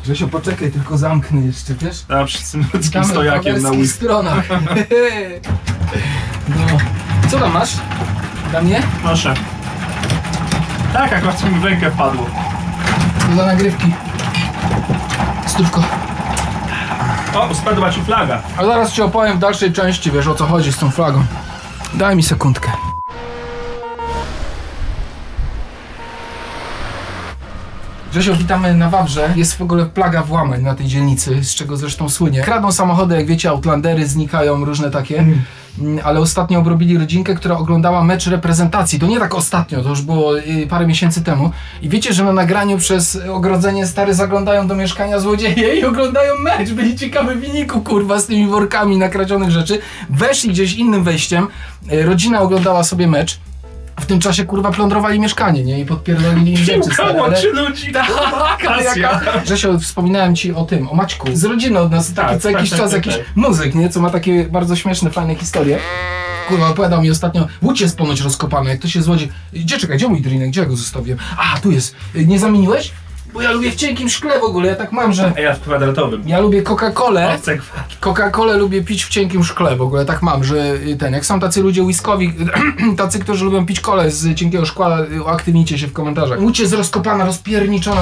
Grzesio, poczekaj, tylko zamknę jeszcze, wiesz? A wszyscy ludzkim stojakiem na ulicy. stronach. No. Co tam masz? Dla mnie? Proszę. Tak, akurat mi w rękę wpadło. To za nagrywki. Stówko. O, spadła ci flaga. A zaraz ci opowiem w dalszej części, wiesz o co chodzi z tą flagą. Daj mi sekundkę. Grzesio, witamy na Wawrze. Jest w ogóle plaga włamań na tej dzielnicy, z czego zresztą słynie. Kradną samochody, jak wiecie, Outlandery, znikają, różne takie. Ale ostatnio obrobili rodzinkę, która oglądała mecz reprezentacji. To nie tak ostatnio, to już było parę miesięcy temu. I wiecie, że na nagraniu przez ogrodzenie stary zaglądają do mieszkania złodzieje i oglądają mecz. Byli ciekawi w wyniku, kurwa, z tymi workami nakradzionych rzeczy. Weszli gdzieś innym wejściem. Rodzina oglądała sobie mecz. W tym czasie, kurwa, plądrowali mieszkanie, nie? I podpierdolili im rzeczy, stary, ale... Łączy ludzi, jaka... Grzesio, wspominałem ci o tym, o Maćku. Z rodziny od nas, taki co jakiś czas, jakiś muzyk, nie? Co ma takie bardzo śmieszne, fajne historie. Kurwa, opowiadał mi ostatnio, łódź jest ponoć rozkopana, jak to się złodzi... Gdzie mój drinek? Gdzie ja go zostawiłem? A, tu jest. Nie zamieniłeś? Bo ja lubię w cienkim szkle w ogóle, ja tak mam, że... A ja w kwadratowym. Ja lubię Coca-Colę. Owce-kwat. Coca-Colę lubię pić w cienkim szkle w ogóle, tak mam, że jak są tacy ludzie whiskowi, tacy, którzy lubią pić kolę z cienkiego szkła, uaktywnijcie się w komentarzach. Łódź jest rozkopana, rozpierniczona.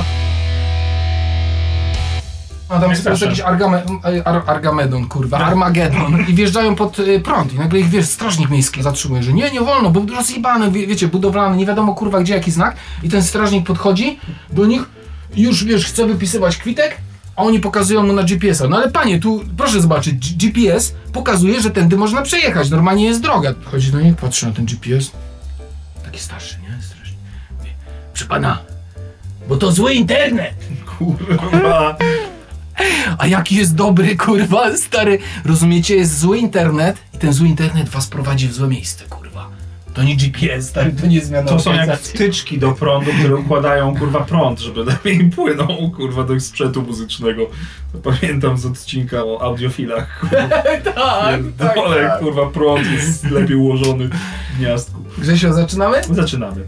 A tam jest jakiś Argamedon, kurwa, Armagedon. I wjeżdżają pod prąd i nagle ich, wiesz, strażnik miejski zatrzymuje, że nie wolno, bo rozjebane, wiecie, budowlane, nie wiadomo, kurwa, gdzie, jaki znak. I ten strażnik podchodzi do nich, już, wiesz, chce wypisywać kwitek, a oni pokazują mu na GPS-a. No ale panie, tu proszę zobaczyć, GPS pokazuje, że tędy można przejechać, normalnie jest droga. Chodzi do nich, patrzy na ten GPS. Taki starszy, nie? Strasznie. Mówi, proszę pana, bo to zły internet. Kurwa. A jaki jest dobry, kurwa, stary. Rozumiecie, jest zły internet i ten zły internet was prowadzi w złe miejsce, kurwa. To nie GPS, stary, to nie zmiana. To są jak wtyczki do prądu, które układają, kurwa, prąd, żeby lepiej płynął, kurwa, do sprzętu muzycznego. To pamiętam z odcinka o audiofilach, kurwa. tak. Kurwa, prąd jest lepiej ułożony w gniazdku. Grzesio, zaczynamy? Zaczynamy.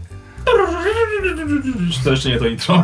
To jeszcze nie to intro.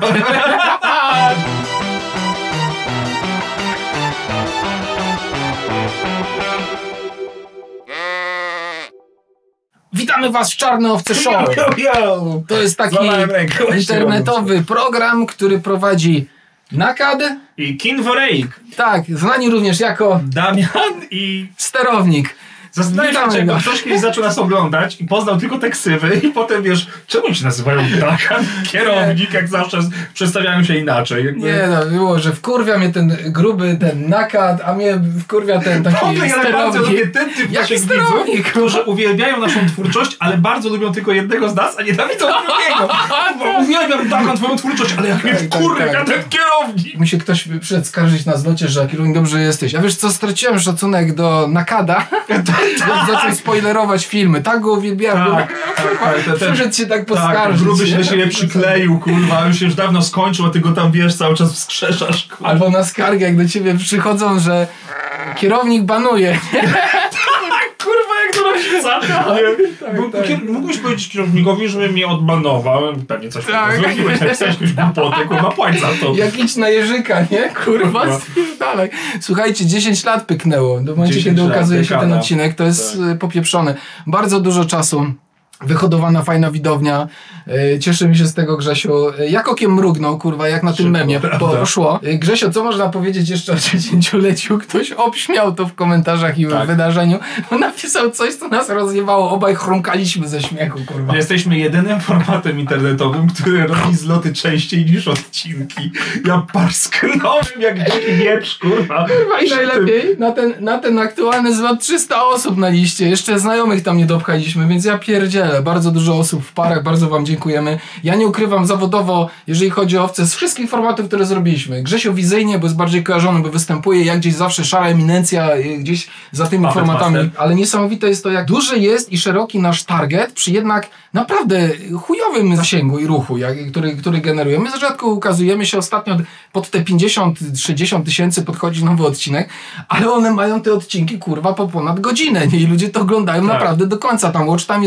Witamy was w Czarne Owce Show. To jest taki internetowy program, który prowadzi Nakad i Kinworeik. Tak, znani również jako Damian i sterownik. Zastanawiam się, jak ktoś kiedyś zaczął nas oglądać i poznał tylko te ksywy i potem wiesz, czemu się nazywają Dakan, kierownik, jak zawsze przedstawiają się inaczej. Jakby... Nie no, było, że wkurwia mnie ten gruby, ten Nakad, a mnie wkurwia ten taki sterownik. Ja bardzo lubię ten typ naszych widzów, którzy uwielbiają naszą twórczość, ale bardzo lubią tylko jednego z nas, a nienawidzą drugiego. Bo uwielbiam Dakan, twoją twórczość, ale jak mnie wkurwia ten kierownik. Musi ktoś przeskarżyć na zlocie, że kierownik dobrze jesteś. A wiesz co, straciłem szacunek do Nakada. Zaczął spoilerować filmy, tak go uwielbiałem. Przyszedł się tak poskarżyć. Gruby się do siebie przykleił, kurwa, już dawno skończył, a ty go tam, wiesz, cały czas wskrzeszasz, kurwa. Albo na skargę, jak do ciebie przychodzą, że kierownik banuje. Kurwa, jak to rodzica. Mógłbyś powiedzieć kierownikowi, żeby mnie odbanował. Pewnie coś zrobiłeś, jak chcesz jakąś głupotę, kurwa, płać za to. Jak idź na Jerzyka, nie? Kurwa, dalej. Słuchajcie, 10 lat pyknęło. Do momentu, kiedy ukazuje się ten odcinek, to jest popieprzone. Bardzo dużo czasu. Wyhodowana, fajna widownia. Cieszę mi się z tego, Grzesiu. Jak okiem mrugnął, kurwa, jak na tym memie poszło. Grzesio, co można powiedzieć jeszcze o 10-leciu? Ktoś obśmiał to w komentarzach i w wydarzeniu. Napisał coś, co nas rozjebało. Obaj chrumkaliśmy ze śmiechu, kurwa. Jesteśmy jedynym formatem internetowym, który robi zloty częściej niż odcinki. Ja parsknąłem jak dziki wieprz, kurwa. Kurwa, i najlepiej na ten aktualny zlot 300 osób na liście. Jeszcze znajomych tam nie dopchaliśmy, więc ja pierdzielę. Bardzo dużo osób w parach, bardzo wam dziękujemy. Ja nie ukrywam zawodowo, jeżeli chodzi o owce, z wszystkich formatów, które zrobiliśmy. Grzesio wizyjnie, bo jest bardziej kojarzony, bo występuje jak gdzieś zawsze szara eminencja, gdzieś za tymi formatami. Ale niesamowite jest to, jak duży jest i szeroki nasz target przy jednak naprawdę chujowym zasięgu i ruchu, który generujemy. My rzadko ukazujemy się, ostatnio pod te 50-60 tysięcy podchodzi nowy odcinek, ale one mają te odcinki, kurwa, po ponad godzinę, nie? I ludzie to oglądają naprawdę do końca. Tam watch time jest bardzo wysoki.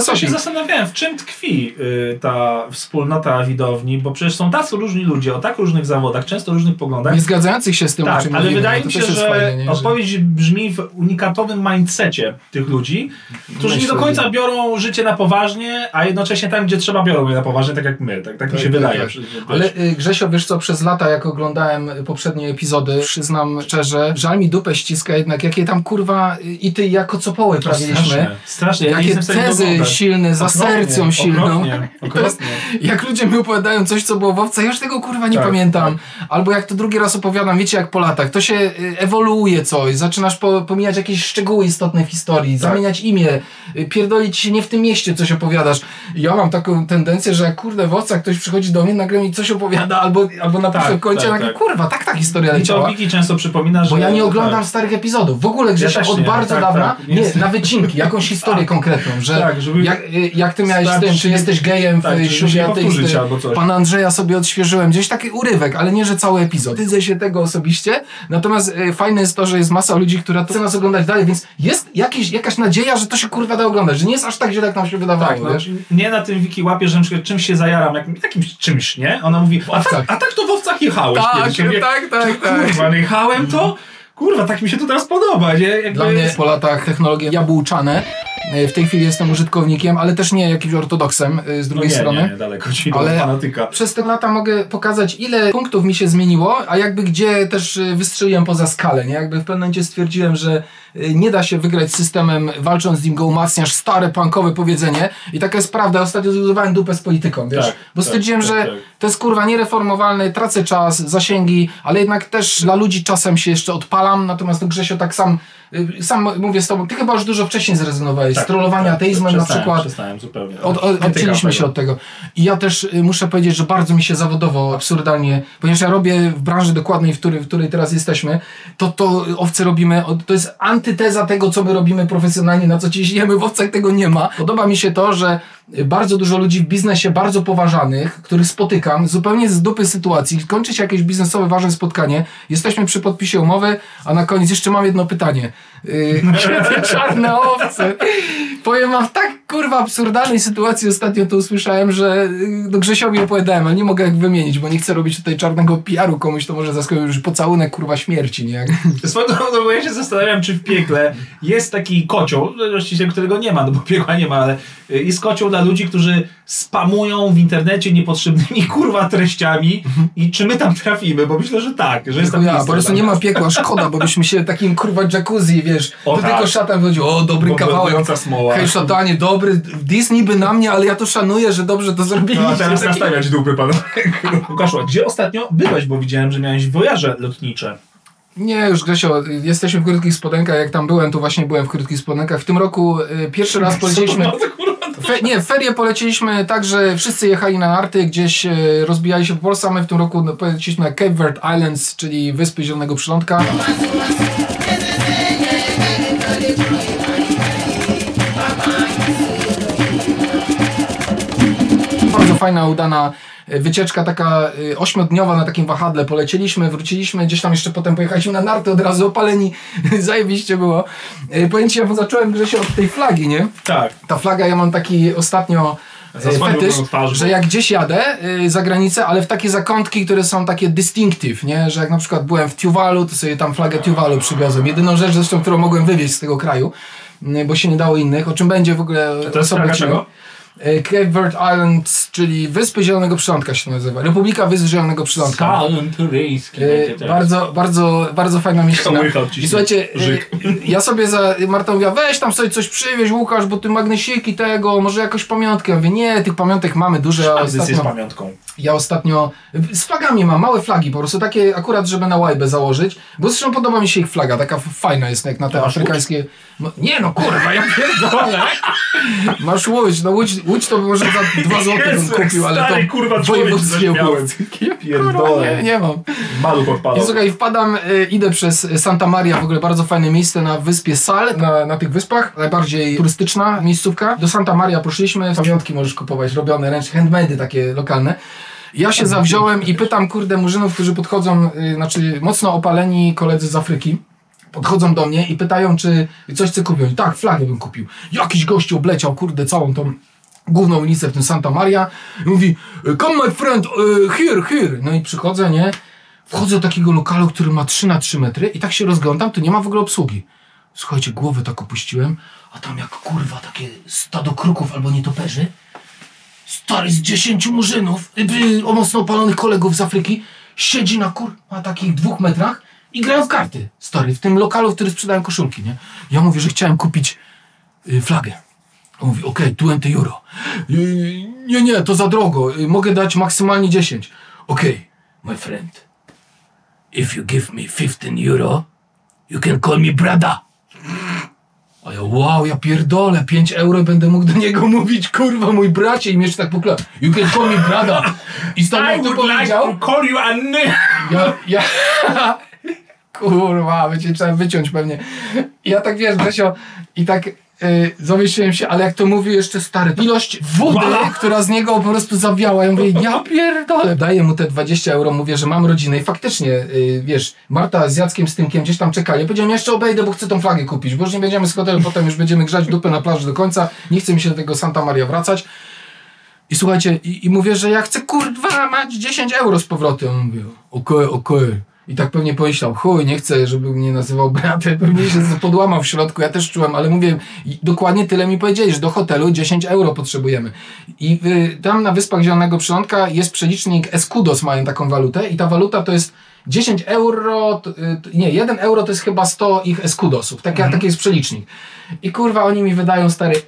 co się zastanawiałem, w czym tkwi ta wspólnota widowni, bo przecież są tacy różni ludzie o tak różnych zawodach, często różnych poglądach. Nie zgadzających się z tym, tak, o czym ale mówimy. wydaje mi się, że fajnie, odpowiedź brzmi w unikatowym mindsetie tych ludzi, którzy nie do końca biorą życie na poważnie, a jednocześnie tam, gdzie trzeba, biorą je na poważnie, tak jak my. Tak mi się wydaje. Tak. Ale Grzesio, wiesz co, przez lata, jak oglądałem poprzednie epizody, przyznam szczerze, żal mi dupę ściska jednak, jakie tam kurwa i ty jako copoły prawiliśmy. Strasznie. Jakie tezy silne, za sercją silną. Okropnie. Jak ludzie mi opowiadają coś, co było w Owcach, ja już tego kurwa nie pamiętam. Tak. Albo jak to drugi raz opowiadam, wiecie, jak po latach, to się ewoluuje coś, zaczynasz pomijać jakieś szczegóły istotne w historii, zamieniać imię, pierdolić się nie w tym mieście, coś opowiadasz. Ja mam taką tendencję, że jak kurde w Owcach ktoś przychodzi do mnie, nagle mi coś opowiada, albo napisze w końcu, kurwa, tak ta historia leciała. I to Wiki często przypomina, że... Bo ja nie oglądam starych epizodów. W ogóle Grzesio od bardzo dawna, na wycinki, jakąś historię konkretną, że jak ty miałeś z tym, czy jesteś gejem w ślubie ateisty, pana Andrzeja sobie odświeżyłem, gdzieś taki urywek, ale nie, że cały epizod. Wstydzę się tego osobiście, natomiast fajne jest to, że jest masa ludzi, która chce nas oglądać dalej, więc jest jakaś nadzieja, że to się kurwa da oglądać, że nie jest aż tak źle, jak nam się wydawało, wiesz? Nie na tym Wiki łapie, że na przykład czymś się zajaram, jakimś czymś, nie? Ona mówi, a tak to w Owcach jechałeś kiedyś. Tak. Kurwa, jechałem to? Kurwa, tak mi się to teraz podoba, nie? Jakby dla mnie po latach technologie jabłczane. W tej chwili jestem użytkownikiem, ale też nie jakimś ortodoksem z drugiej strony. Nie, daleko ci do fanatyka. Przez te lata mogę pokazać, ile punktów mi się zmieniło, a jakby gdzie też wystrzeliłem poza skalę, nie? Jakby w pewnym momencie stwierdziłem, że nie da się wygrać systemem, walcząc z nim go umacniasz, stare punkowe powiedzenie. I taka jest prawda, ostatnio zbudowałem dupę z polityką, wiesz? Bo stwierdziłem, że to jest kurwa niereformowalne, tracę czas, zasięgi, ale jednak też dla ludzi czasem się jeszcze odpalam, natomiast to Grzesio tak sam mówię z tobą, ty chyba już dużo wcześniej zrezygnowałeś z trollowania ateizmem na przykład. Przestałem zupełnie. Odcięliśmy się od tego. I ja też muszę powiedzieć, że bardzo mi się zawodowo, absurdalnie, ponieważ ja robię w branży dokładnej, w której teraz jesteśmy, to Owce robimy, to jest antyteza tego, co my robimy profesjonalnie, na co ciśniemy, w Owcach tego nie ma. Podoba mi się to, że bardzo dużo ludzi w biznesie bardzo poważanych, których spotykam, zupełnie z dupy sytuacji, kończy się jakieś biznesowe, ważne spotkanie, jesteśmy przy podpisie umowy, a na koniec jeszcze mam jedno pytanie. Te czarne owce. Powiem wam, w tak kurwa absurdalnej sytuacji ostatnio to usłyszałem, że Grzesiowi opowiadałem, ale nie mogę jak wymienić, bo nie chcę robić tutaj czarnego PR-u komuś, to może zaskoczyć już pocałunek kurwa śmierci, nie? Swoją drogą, ja się zastanawiam, czy w piekle jest taki kocioł, właściwie którego nie ma, no bo piekła nie ma, ale jest kocioł dla ludzi, którzy spamują w internecie niepotrzebnymi kurwa treściami i czy my tam trafimy, bo myślę, że tak, że jest tam po prostu nie ma piekła, szkoda, bo byśmy się takim kurwa jacuzzi, wiesz, tylko szatan wychodził, dobry kawałek, hej szatanie, dobry, dis niby na mnie, ale ja to szanuję, że dobrze to zrobiliście. No, teraz nastawiać dupy panu. Łukaszu, gdzie ostatnio byłeś, bo widziałem, że miałeś wojaże lotnicze. Nie, już Grzesio, jesteśmy w krótkich spodenkach, jak tam byłem, to właśnie byłem w krótkich spodenkach. W tym roku pierwszy raz polecieliśmy... ferie poleciliśmy tak, że wszyscy jechali na narty, gdzieś rozbijali się po Polsce, a my w tym roku poleciliśmy na Cape Verde Islands, czyli Wyspy Zielonego Przylądka. Bardzo fajna, udana wycieczka taka 8-dniowa na takim wahadle. Polecieliśmy, wróciliśmy, gdzieś tam jeszcze potem pojechaliśmy na narty, od razu opaleni. Zajebiście było. Powiem ci, ja zacząłem Grzesio od tej flagi, nie? Tak. Ta flaga, ja mam taki ostatnio fetysz, że jak gdzieś jadę za granicę, ale w takie zakątki, które są takie distinctive, nie? Że jak na przykład byłem w Tuvalu, to sobie tam flagę Tuvalu przywiozłem. Jedyną rzecz zresztą, którą mogłem wywieźć z tego kraju, bo się nie dało innych, o czym będzie w ogóle osobny odcinek. Cape Verde Islands, czyli Wyspy Zielonego Przylądka się to nazywa. Republika Wysp Zielonego Przylądka. Bardzo fajna mieścina. I słuchajcie, ja sobie za Marta mówiła, weź tam sobie coś przywieź, Łukasz, bo ty magnesiki tego, może jakąś pamiątkę. Ja mówię, nie, tych pamiątek mamy duże. Jest pamiątką. Ja ostatnio z flagami mam, małe flagi, po prostu takie akurat, żeby na łajbę założyć, bo zresztą podoba mi się ich flaga, taka fajna jest, jak na te afrykańskie... Nie no kurwa, ja pierdolę. Masz Łódź, no Łódź to może za 2 zł bym kupił, ale to kurwa wojewódzkie pierdolę. Nie mam. Maluch odpadał. I słuchaj, idę przez Santa Maria, w ogóle bardzo fajne miejsce na wyspie Sal, na tych wyspach, najbardziej turystyczna miejscówka. Do Santa Maria poszliśmy, pamiątki możesz kupować, robione ręcznie, handmade'y takie lokalne. Ja się zawziąłem i pytam, kurde, murzynów, którzy podchodzą, znaczy mocno opaleni koledzy z Afryki. podchodzą do mnie i pytają, czy coś chcę kupić. Tak, flagę bym kupił. Jakiś gościu obleciał, kurde, całą tą główną ulicę w tym Santa Maria i mówi, come my friend, here. No i przychodzę, nie? Wchodzę do takiego lokalu, który ma 3x3 metry i tak się rozglądam, to nie ma w ogóle obsługi. Słuchajcie, głowę tak opuściłem, a tam jak kurwa takie stado kruków albo nietoperzy. Stary z 10 murzynów, o mocno opalonych kolegów z Afryki, siedzi na takich 2 metrach i grają w karty, stary, w tym lokalu, w którym sprzedają koszulki, nie? Ja mówię, że chciałem kupić flagę. On mówi, okej, 20 euro. Nie, to za drogo, mogę dać maksymalnie 10. Okej, my friend, if you give me 15 euro, you can call me brother. A ja, wow, ja pierdolę, 5 euro będę mógł do niego mówić, kurwa, mój bracie, i mnie jeszcze tak pokla. You can call me brother. I stary, jak to powiedział, like to call you ja kurwa, będzie trzeba wyciąć pewnie. I ja tak, wiesz, Grzesio, i tak zamyśliłem się, ale jak to mówi jeszcze stary, ilość wody, która z niego po prostu zawiała, ja mówię, ja pierdolę. Daję mu te 20 euro, mówię, że mam rodzinę i faktycznie, wiesz, Marta z Jackiem, z Tymkiem gdzieś tam czekali. Ja powiedziałem, jeszcze obejdę, bo chcę tą flagę kupić, bo już nie będziemy z hotelu, potem już będziemy grzać dupę na plaży do końca, nie chce mi się do tego Santa Maria wracać. I słuchajcie, i mówię, że ja chcę, kurwa, mać 10 euro z powrotem. On mówi, okej. I tak pewnie pomyślał, chuj, nie chcę, żeby mnie nazywał bratem, pewnie się podłamał w środku, ja też czułem, ale mówię, dokładnie tyle mi powiedzieli, że do hotelu 10 euro potrzebujemy. I tam na Wyspach Zielonego Przylądka jest przelicznik Escudos, mają taką walutę i ta waluta to jest 10 euro, 1 euro to jest chyba 100 ich Escudosów, taki jest przelicznik. I kurwa, oni mi wydają, stary,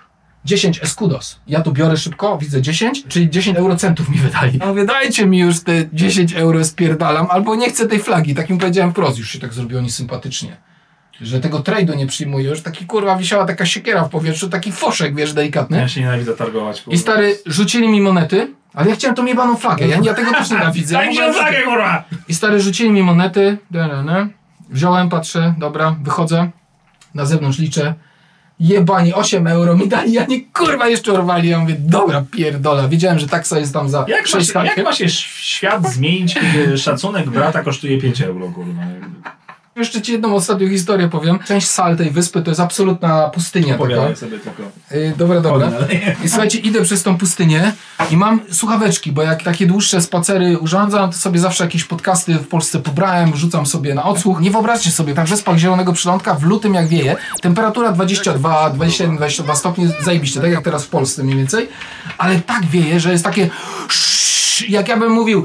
10 escudos. Ja tu biorę szybko, widzę 10, czyli 10 eurocentów mi wydali. A mówię, dajcie mi już te 10 euro, spierdalam, albo nie chcę tej flagi. Tak im powiedziałem wprost, już się tak zrobiło niesympatycznie. Że tego trade'u nie przyjmuję, już taki kurwa wisiała taka siekiera w powietrzu, taki foszek, wiesz, delikatny. Ja się nienawidzę targować, kurwa. I stary, rzucili mi monety, ale ja chciałem tą jebaną flagę, ja tego też nienawidzę. Daj mi się flagę, kurwa! I stary, rzucili mi monety, wziąłem, patrzę, dobra, wychodzę, na zewnątrz liczę, jebani, 8 euro mi dali, ja nie kurwa jeszcze urwali. Ja mówię, dobra, pierdola. Wiedziałem, że taksa jest tam za 6 hakiem. Jak ma się świat zmienić, kiedy szacunek brata kosztuje 5 euro, kurwa? Jeszcze ci jedną ostatnią historię powiem. Część sal tej wyspy to jest absolutna pustynia. Opowiadaj sobie tylko. Dobra. I słuchajcie, idę przez tą pustynię i mam słuchaweczki, bo jak takie dłuższe spacery urządzam, to sobie zawsze jakieś podcasty w Polsce pobrałem, rzucam sobie na odsłuch. Nie wyobraźcie sobie, na Wyspach Zielonego Przylądka w lutym jak wieje, temperatura 22, 21, 22 stopnie, zajebiście, tak jak teraz w Polsce mniej więcej, ale tak wieje, że jest takie jak ja bym mówił,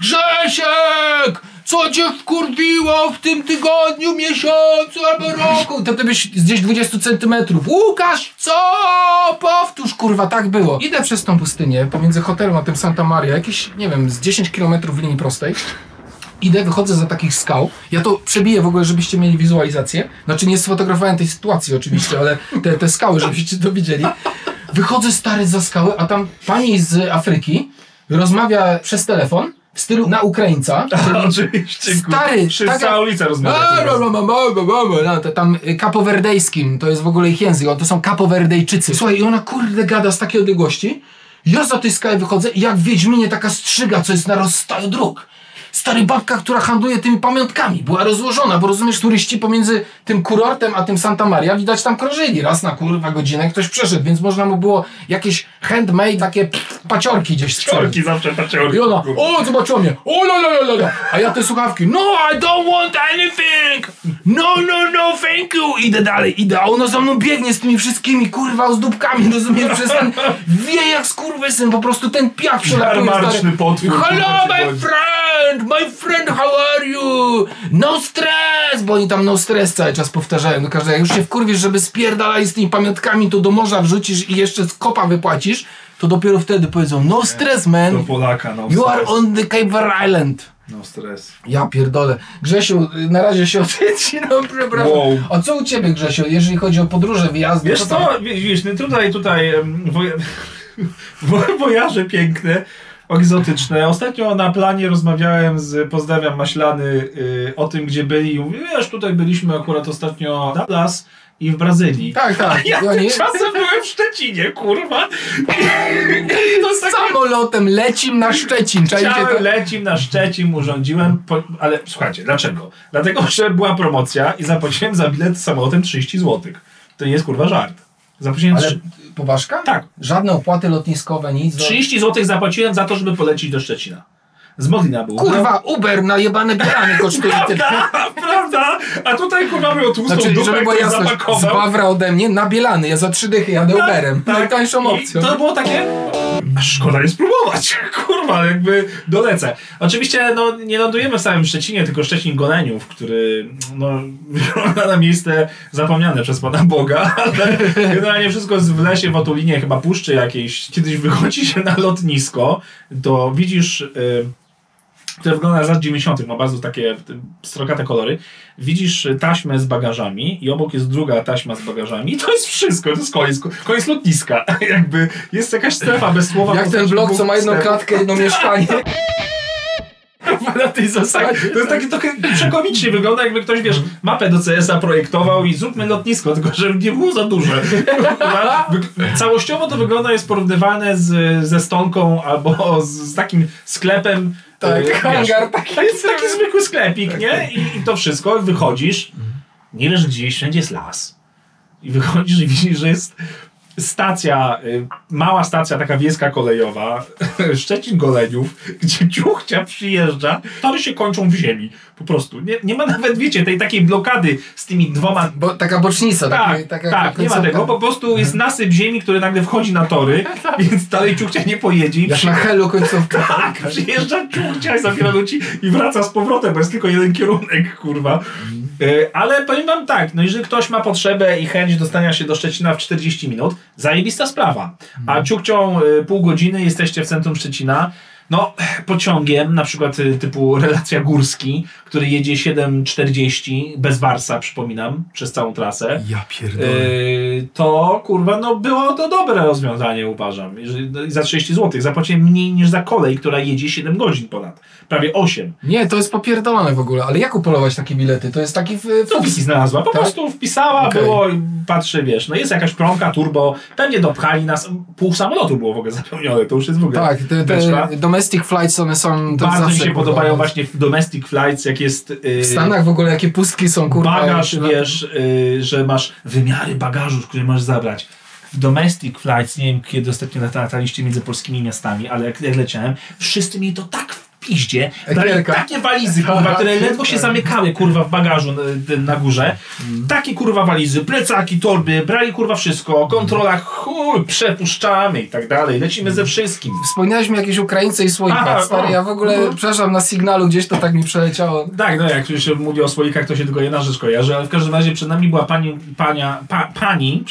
Grzesiek! Co cię wkurwiło w tym tygodniu, miesiącu albo roku? To ty byś gdzieś 20 centymetrów. Łukasz, co? Powtórz, kurwa, tak było. Idę przez tą pustynię, pomiędzy hotelem a tym Santa Maria, jakieś, nie wiem, z 10 kilometrów w linii prostej. Idę, wychodzę za takich skał. Ja to przebiję w ogóle, żebyście mieli wizualizację. Znaczy nie sfotografowałem tej sytuacji oczywiście, ale te skały, żebyście to widzieli. Wychodzę stary za skały, a tam pani z Afryki rozmawia przez telefon w stylu na Ukraińca. Oczywiście, stary, tak cała ulica rozmawia. Tam kapowerdejskim, to jest w ogóle ich język, to są kapowerdejczycy. Słuchaj, i ona kurde gada z takiej odległości. Ja za tej skały wychodzę i jak w Wiedźminie taka strzyga, co jest na rozstaju dróg. Stary, babka, która handluje tymi pamiątkami, była rozłożona, bo rozumiesz, turyści pomiędzy tym kurortem a tym Santa Maria, widać tam krążyli. Raz na kurwa godzinę ktoś przeszedł, więc można mu było jakieś handmade takie paciorki gdzieś sprzedać. Paciorki zawsze, paciorki. I ona, o, zobaczyła mnie, o la. A ja te słuchawki, no, I don't want anything. No, thank you. Idę dalej, a ona za mną biegnie z tymi wszystkimi, kurwa, z dupkami, rozumiesz, przez ten wieje jak skurwysyn, po prostu ten piach przelatuje. Jarmarczny potwór. Hello, my friend, how are you? No stress, bo oni tam no stress cały czas powtarzają do każdego. Jak już się wkurwisz, żeby spierdalali z tymi pamiątkami, to do morza wrzucisz i jeszcze z kopa wypłacisz, to dopiero wtedy powiedzą, no stress, man. Do Polaka, no You stress. are on the Cape Verde Island. No stres. Ja pierdolę. Grzesiu, na razie się odcinam, przepraszam. Wow. A co u ciebie, Grzesiu, jeżeli chodzi o podróże, wyjazdy? Wiesz co, wiesz, tutaj wojaże piękne, egzotyczne. Ostatnio na planie rozmawiałem pozdrawiam Maślany, o tym, gdzie byli. I mówię, wiesz, tutaj byliśmy akurat ostatnio na Dallas, i w Brazylii. Tak. A ja tymczasem byłem w Szczecinie, kurwa. To jest samolotem lecim na Szczecin. Lecim na Szczecin, urządziłem, ale słuchajcie, dlaczego? Dlatego, że była promocja i zapłaciłem za bilet samolotem 30 zł. To nie jest kurwa żart. Zapłaciłem Ale poważka? Tak. Żadne opłaty lotniskowe, nic. 30 zł zapłaciłem za to, żeby polecieć do Szczecina. Z Modlina był. Kurwa, Uber na jebane Bielany kosztuje tyle. Prawda? A tutaj kurwa miał tłustą dupę, żeby była jasność, z Wawra ode mnie na Bielany. Ja za 3 dychy jadę Uberem. Najtańszą opcją. To było takie... Szkoda jest spróbować. Kurwa, jakby dolecę. Oczywiście nie lądujemy w samym Szczecinie, tylko Szczecin-Goleniów, który wygląda na miejsce zapomniane przez Pana Boga, ale generalnie wszystko jest w lesie, w otulinie, chyba puszczy jakiejś. Kiedyś wychodzi się na lotnisko, to widzisz... które wygląda z lat 90. ma bardzo takie strokate kolory. Widzisz taśmę z bagażami i obok jest druga taśma z bagażami i to jest wszystko, to jest koniec lotniska. Jakby jest jakaś strefa bez słowa. Jak ten blok, co ma jedną klatkę, jedno mieszkanie. Na tej zasadzie. To jest takie trochę przekomicznie wygląda, jakby ktoś, wiesz, mapę do CS-a projektował i zróbmy lotnisko, tylko żeby nie było za duże. Całościowo to wygląda, jest porównywalne ze Stonką albo z takim sklepem. Tak, hangar taki. To jest taki zwykły sklepik, nie? I to wszystko, wychodzisz, nie wiesz gdzieś, wszędzie jest las. I wychodzisz i widzisz, że jest stacja, mała stacja taka wiejska kolejowa, Szczecin-Goleniów, gdzie ciuchcia przyjeżdża, tory się kończą w ziemi. Po prostu. Nie ma nawet, wiecie, tej takiej blokady z tymi dwoma... taka bocznica. Tak, nie ma tego. Po prostu jest nasyp ziemi, który nagle wchodzi na tory, więc dalej ciuchcia nie pojedzie. Jak na helu końcówka. Tak, przyjeżdża ciuchcia i zabiera ludzi i wraca z powrotem, bo jest tylko jeden kierunek, kurwa. Ale powiem wam tak, jeżeli ktoś ma potrzebę i chęć dostania się do Szczecina w 40 minut, zajebista sprawa. A ciuchcią pół godziny jesteście w centrum Szczecina. Pociągiem, na przykład typu relacja Górski, który jedzie 7:40 bez Warsa, przypominam, przez całą trasę. Ja pierdolę. To kurwa, było to dobre rozwiązanie, uważam. Za 30 zł zapłaciłem mniej niż za kolej, która jedzie 7 godzin ponad. Prawie 8. Nie, to jest popierdolone w ogóle, ale jak upolować takie bilety? To jest taki... Co Wiki znalazła? Po prostu wpisała, było i patrzy, wiesz, jest jakaś promka, turbo, pewnie dopchali nas, pół samolotu było w ogóle zapełnione, to już jest w ogóle... Tak, te domestic flights, one są... Bardzo mi się podobają właśnie domestic flights, jak jest... w Stanach w ogóle jakie pustki są, kurwa. Bagaż, wiesz, że masz wymiary bagażu, który masz zabrać. W domestic flights, nie wiem kiedy ostatnio lataliście między polskimi miastami, ale jak leciałem, wszyscy mieli to tak w piździe, takie walizy, kurwa, które ledwo się zamykały, kurwa, w bagażu na górze. Takie, kurwa, walizy, plecaki, torby, brali, kurwa, wszystko, kontrola, przepuszczamy i tak dalej, lecimy ze wszystkim. Wspomniałeś mi jakieś Ukraińce i słoika. Stary, ja w ogóle, przepraszam, na Signalu gdzieś to tak mi przeleciało. Tak, jak już się mówi o słoikach, to się tylko jedna rzecz kojarzy, ale w każdym razie przed nami była pani,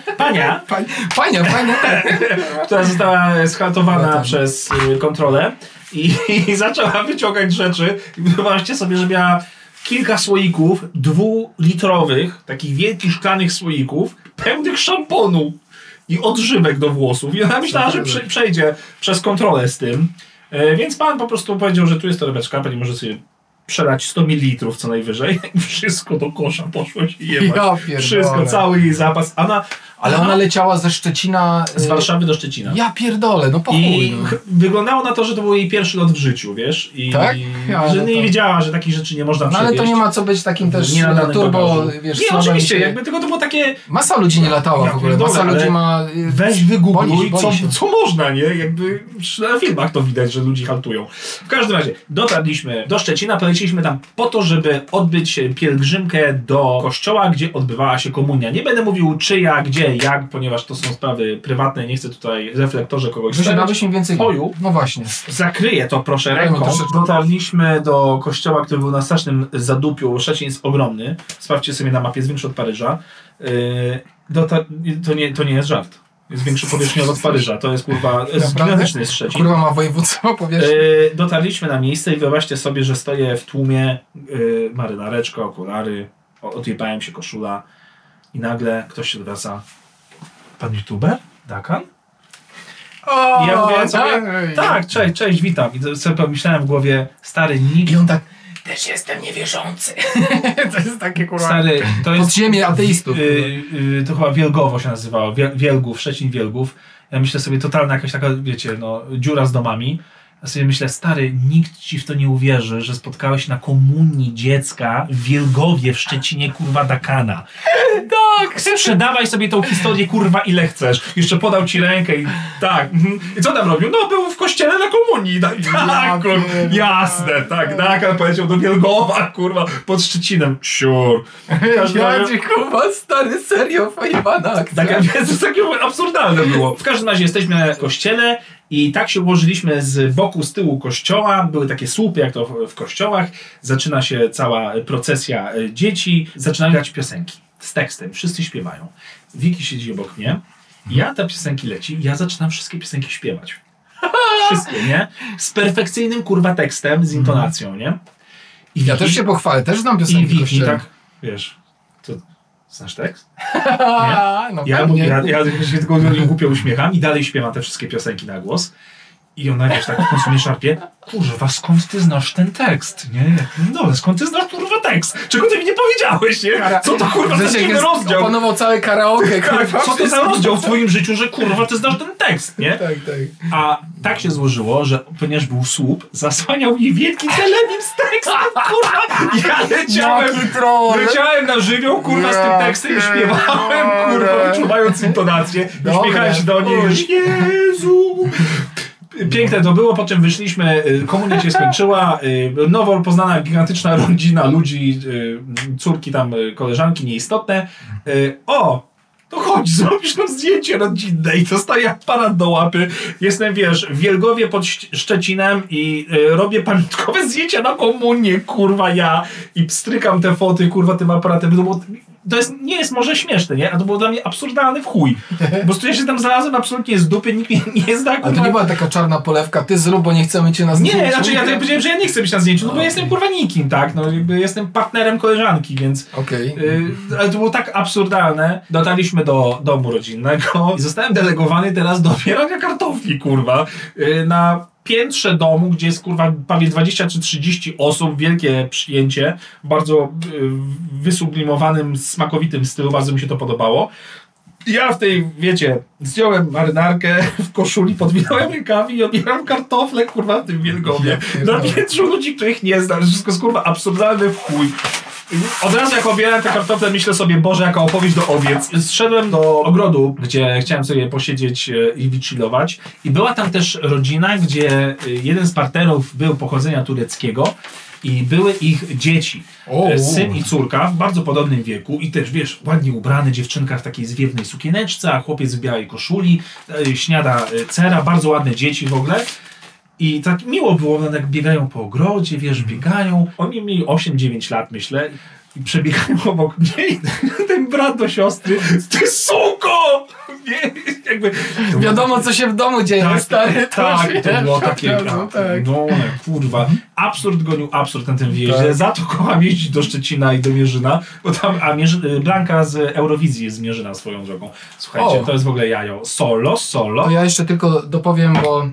która została schaltowana przez kontrolę. I zaczęła wyciągać rzeczy. I wyobraźcie sobie, że miała kilka słoików, 2-litrowych, takich wielkich szklanych słoików, pełnych szamponu i odżywek do włosów. I ona myślała, że przejdzie przez kontrolę z tym. Więc pan po prostu powiedział, że tu jest torebeczka, pani może sobie przelać 100 ml co najwyżej i wszystko do kosza poszło się jebać. Wszystko, cały jej zapas. Ale ona leciała ze Szczecina... Z Warszawy do Szczecina. Ja pierdolę, po chuj. I wyglądało na to, że to był jej pierwszy lot w życiu, wiesz? Tak? Że nie wiedziała, że takich rzeczy nie można przewieźć. Ale to nie ma co być takim też turbo, wiesz... Nie, oczywiście, jakby tylko to było takie... Masa ludzi nie latała w ogóle, masa ludzi ma... Weź wygoogluj, co można, nie? Jakby na filmach to widać, że ludzi haltują. W każdym razie, dotarliśmy do Szczecina, poleciliśmy tam po to, żeby odbyć pielgrzymkę do kościoła, gdzie odbywała się komunia. Nie będę mówił czyja, gdzie, jak, ponieważ to są sprawy prywatne, nie chcę tutaj w reflektorze kogoś dałeś im więcej poju. No właśnie. Zakryję to proszę ręką. Dotarliśmy do kościoła, który był na strasznym zadupiu. Szczecin jest ogromny. Sprawdźcie sobie na mapie, jest większy od Paryża. To nie jest żart. Jest większy powierzchniowo od Paryża. To jest kurwa, gigantyczny jest Szczecin. Kurwa ma województwo powierzchni. Dotarliśmy na miejsce i wyobraźcie sobie, że stoję w tłumie, marynareczka, okulary, odjebałem się koszula i nagle ktoś się odwraca. Pan youtuber? Dakan? I ja mówię sobie, tak, cześć, witam. I sobie pomyślałem w głowie, stary, nikt... I on tak, też jestem niewierzący. To jest takie kurwa... Stary, to jest... Podziemie ateistów. To chyba Wielgowo się nazywało. Wielgów, Szczecin Wielgów. Ja myślę sobie, totalna jakaś taka, wiecie, no, dziura z domami. Ja sobie myślę, stary, nikt ci w to nie uwierzy, że spotkałeś na komunii dziecka w Wielgowie w Szczecinie, kurwa, Dakana. Tak! Sprzedawaj sobie tą historię, kurwa, ile chcesz. Jeszcze podał ci rękę i tak. I co tam robił? No, był w kościele na komunii. Tak, kurwa, jasne, tak. Dakan poleciał do Wielgowa, kurwa, pod Szczecinem. Sure. Ja ci kurwa, stary, serio, fajna akcja. Tak, więc to takie absurdalne było. W każdym razie jesteśmy w kościele i tak się ułożyliśmy z boku, z tyłu kościoła. Były takie słupy, jak to w kościołach. Zaczyna się cała procesja dzieci. Zaczynają grać piosenki z tekstem. Wszyscy śpiewają. Wiki siedzi obok mnie. Ja, te piosenki leci. Ja zaczynam wszystkie piosenki śpiewać. Wszystkie, nie? Z perfekcyjnym, kurwa, tekstem, z intonacją, nie? I ja też się pochwalę, też znam piosenki. I Wiki tak, wiesz, to znasz tekst? No Ja się tylko głupio uśmiecham i dalej śpiewam te wszystkie piosenki na głos. I ona, wiesz, tak w końcu mnie szarpie. Kurwa, skąd ty znasz ten tekst? Nie? No, skąd ty znasz, kurwa, tekst? Czego ty mi nie powiedziałeś, nie? Co to, kurwa, za dziwny rozdział? Opanował całe karaoke, kurwa. Co to za rozdział w twoim życiu, że, kurwa, ty znasz ten tekst, nie? Tak. A tak się złożyło, że ponieważ był słup, zasłaniał mi wielki telewizor z tekstem, kurwa. Ja leciałem na żywioł, kurwa, z tym tekstem i śpiewałem, kurwa, wyczuwając intonację. Uśmiechałem się do niej. Jezu! Piękne to było, po czym wyszliśmy, komunia się skończyła, nowo poznana gigantyczna rodzina ludzi, córki tam, koleżanki nieistotne. To chodź, zrobisz nam zdjęcie rodzinne i dostaję aparat do łapy. Jestem, wiesz, w Wielgowie pod Szczecinem i robię pamiątkowe zdjęcia na komunię, kurwa, ja i pstrykam te foty, kurwa, tym aparatem. Nie jest może śmieszne, nie? A to było dla mnie absurdalne w chuj. Po prostu ja się tam znalazłem absolutnie z dupy, nikt mnie nie zna. Ale to nie była taka czarna polewka, ty zrób, bo nie chcemy cię na zdjęciu. Nie, znaczy ja tak powiedziałem, że ja nie chcę być na zdjęciu, no bo jestem kurwa nikim, tak? No jakby jestem partnerem koleżanki, więc... Okej. Ale to było tak absurdalne. Dotarliśmy do domu rodzinnego i zostałem delegowany teraz do opierania kartofli, kurwa. Na piętrze domu, gdzie jest kurwa prawie 20 czy 30 osób, wielkie przyjęcie, w bardzo wysublimowanym, smakowitym stylu, bardzo mi się to podobało. Ja w tej, wiecie, zdjąłem marynarkę w koszuli, podwinąłem rękawi i obieram kartofle, kurwa, w tym Wielgowie. Na piętrzu ludzi, których nie znam, wszystko jest kurwa absurdalne w chuj. Od razu jak obierałem te kartofle, myślę sobie, Boże, jaka opowieść do owiec. Zszedłem do ogrodu, gdzie chciałem sobie posiedzieć i wychillować. I była tam też rodzina, gdzie jeden z partnerów był pochodzenia tureckiego i były ich dzieci. Syn i córka w bardzo podobnym wieku i też, wiesz, ładnie ubrany, dziewczynka w takiej zwiewnej sukieneczce, a chłopiec w białej koszuli, śniada cera, bardzo ładne dzieci w ogóle. I tak miło było, one tak biegają po ogrodzie, wiesz, biegają. Oni mieli 8-9 lat, myślę. I przebiegają obok mnie i ten brat do siostry. Ty suko! Nie, jakby... Wiadomo, co się w domu dzieje, tak, stary. To było takie... Tak. No, kurwa. Absurd gonił absurd na tym wyjeździe. Tak. Za to kocham jeździć do Szczecina i do Mierzyna, bo tam... Blanka z Eurowizji jest z Mierzyna swoją drogą. Słuchajcie, to jest w ogóle jajo. Solo. To ja jeszcze tylko dopowiem, bo...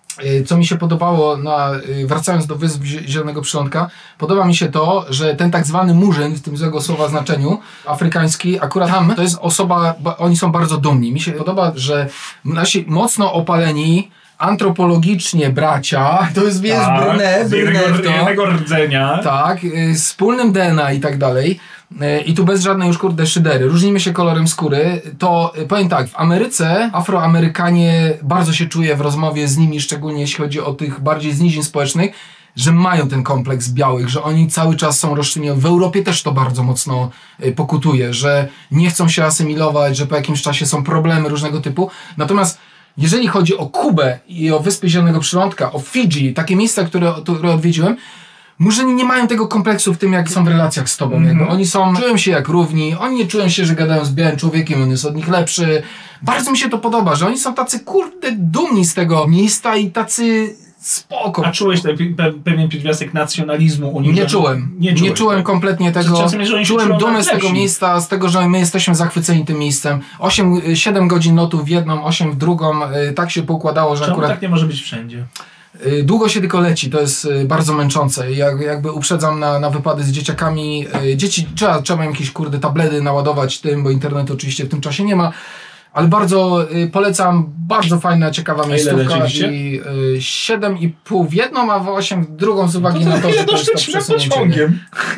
Co mi się podobało, wracając do Wysp Zielonego Przylądka, podoba mi się to, że ten tak zwany murzyn, w tym złego słowa znaczeniu, afrykański, akurat tam to jest osoba, oni są bardzo dumni. Mi się podoba, że nasi mocno opaleni, antropologicznie bracia, to jest z jednego rdzenia. Tak, z wspólnym DNA i tak dalej. I tu bez żadnej już kurde szydery. Różnimy się kolorem skóry. To powiem tak, w Ameryce Afroamerykanie bardzo się czuje w rozmowie z nimi, szczególnie jeśli chodzi o tych bardziej z nizin społecznych, że mają ten kompleks białych, że oni cały czas są roszczeniami. W Europie też to bardzo mocno pokutuje, że nie chcą się asymilować, że po jakimś czasie są problemy różnego typu. Natomiast jeżeli chodzi o Kubę i o Wyspy Zielonego Przylądka, o Fidżi, takie miejsca, które odwiedziłem, Murzyni nie mają tego kompleksu w tym, jak są w relacjach z tobą. Jakby oni czują się jak równi, oni nie czują się, że gadają z białym człowiekiem, on jest od nich lepszy. Bardzo mi się to podoba, że oni są tacy kurde dumni z tego miejsca i tacy spoko. A czułeś pewien pierwiastek nacjonalizmu u nich? Nie czułem kompletnie tego. Czułem dumę z tego miejsca, z tego, że my jesteśmy zachwyceni tym miejscem. 7 godzin lotu w jedną, 8 w drugą. Tak się poukładało, że czemu akurat... tak nie może być wszędzie? Długo się tylko leci, to jest bardzo męczące. Jakby uprzedzam na wypady z dzieciakami. Dzieci, trzeba im jakieś tablety naładować tym, bo internetu oczywiście w tym czasie nie ma. Ale bardzo polecam, bardzo fajna, ciekawa miejscówka. I 7,5 w jedną, a w 8 w drugą z uwagi na to, że to jest to przesunięcie.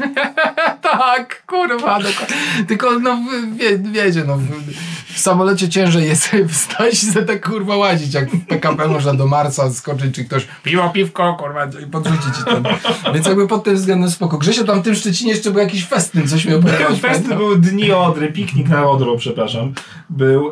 Tak, kurwa. Tylko wiecie, w samolocie ciężej jest wstać i za tak kurwa łazić, jak w PKP można do Marsa skoczyć, czy ktoś piwko, kurwa, i podrzucić ci ten. Więc jakby pod tym względem spoko. Grzesio, tam w tym Szczecinie jeszcze był jakiś festyn, coś mi opowiadałeś. Festyn był Dni Odry, piknik na Odrą, przepraszam, był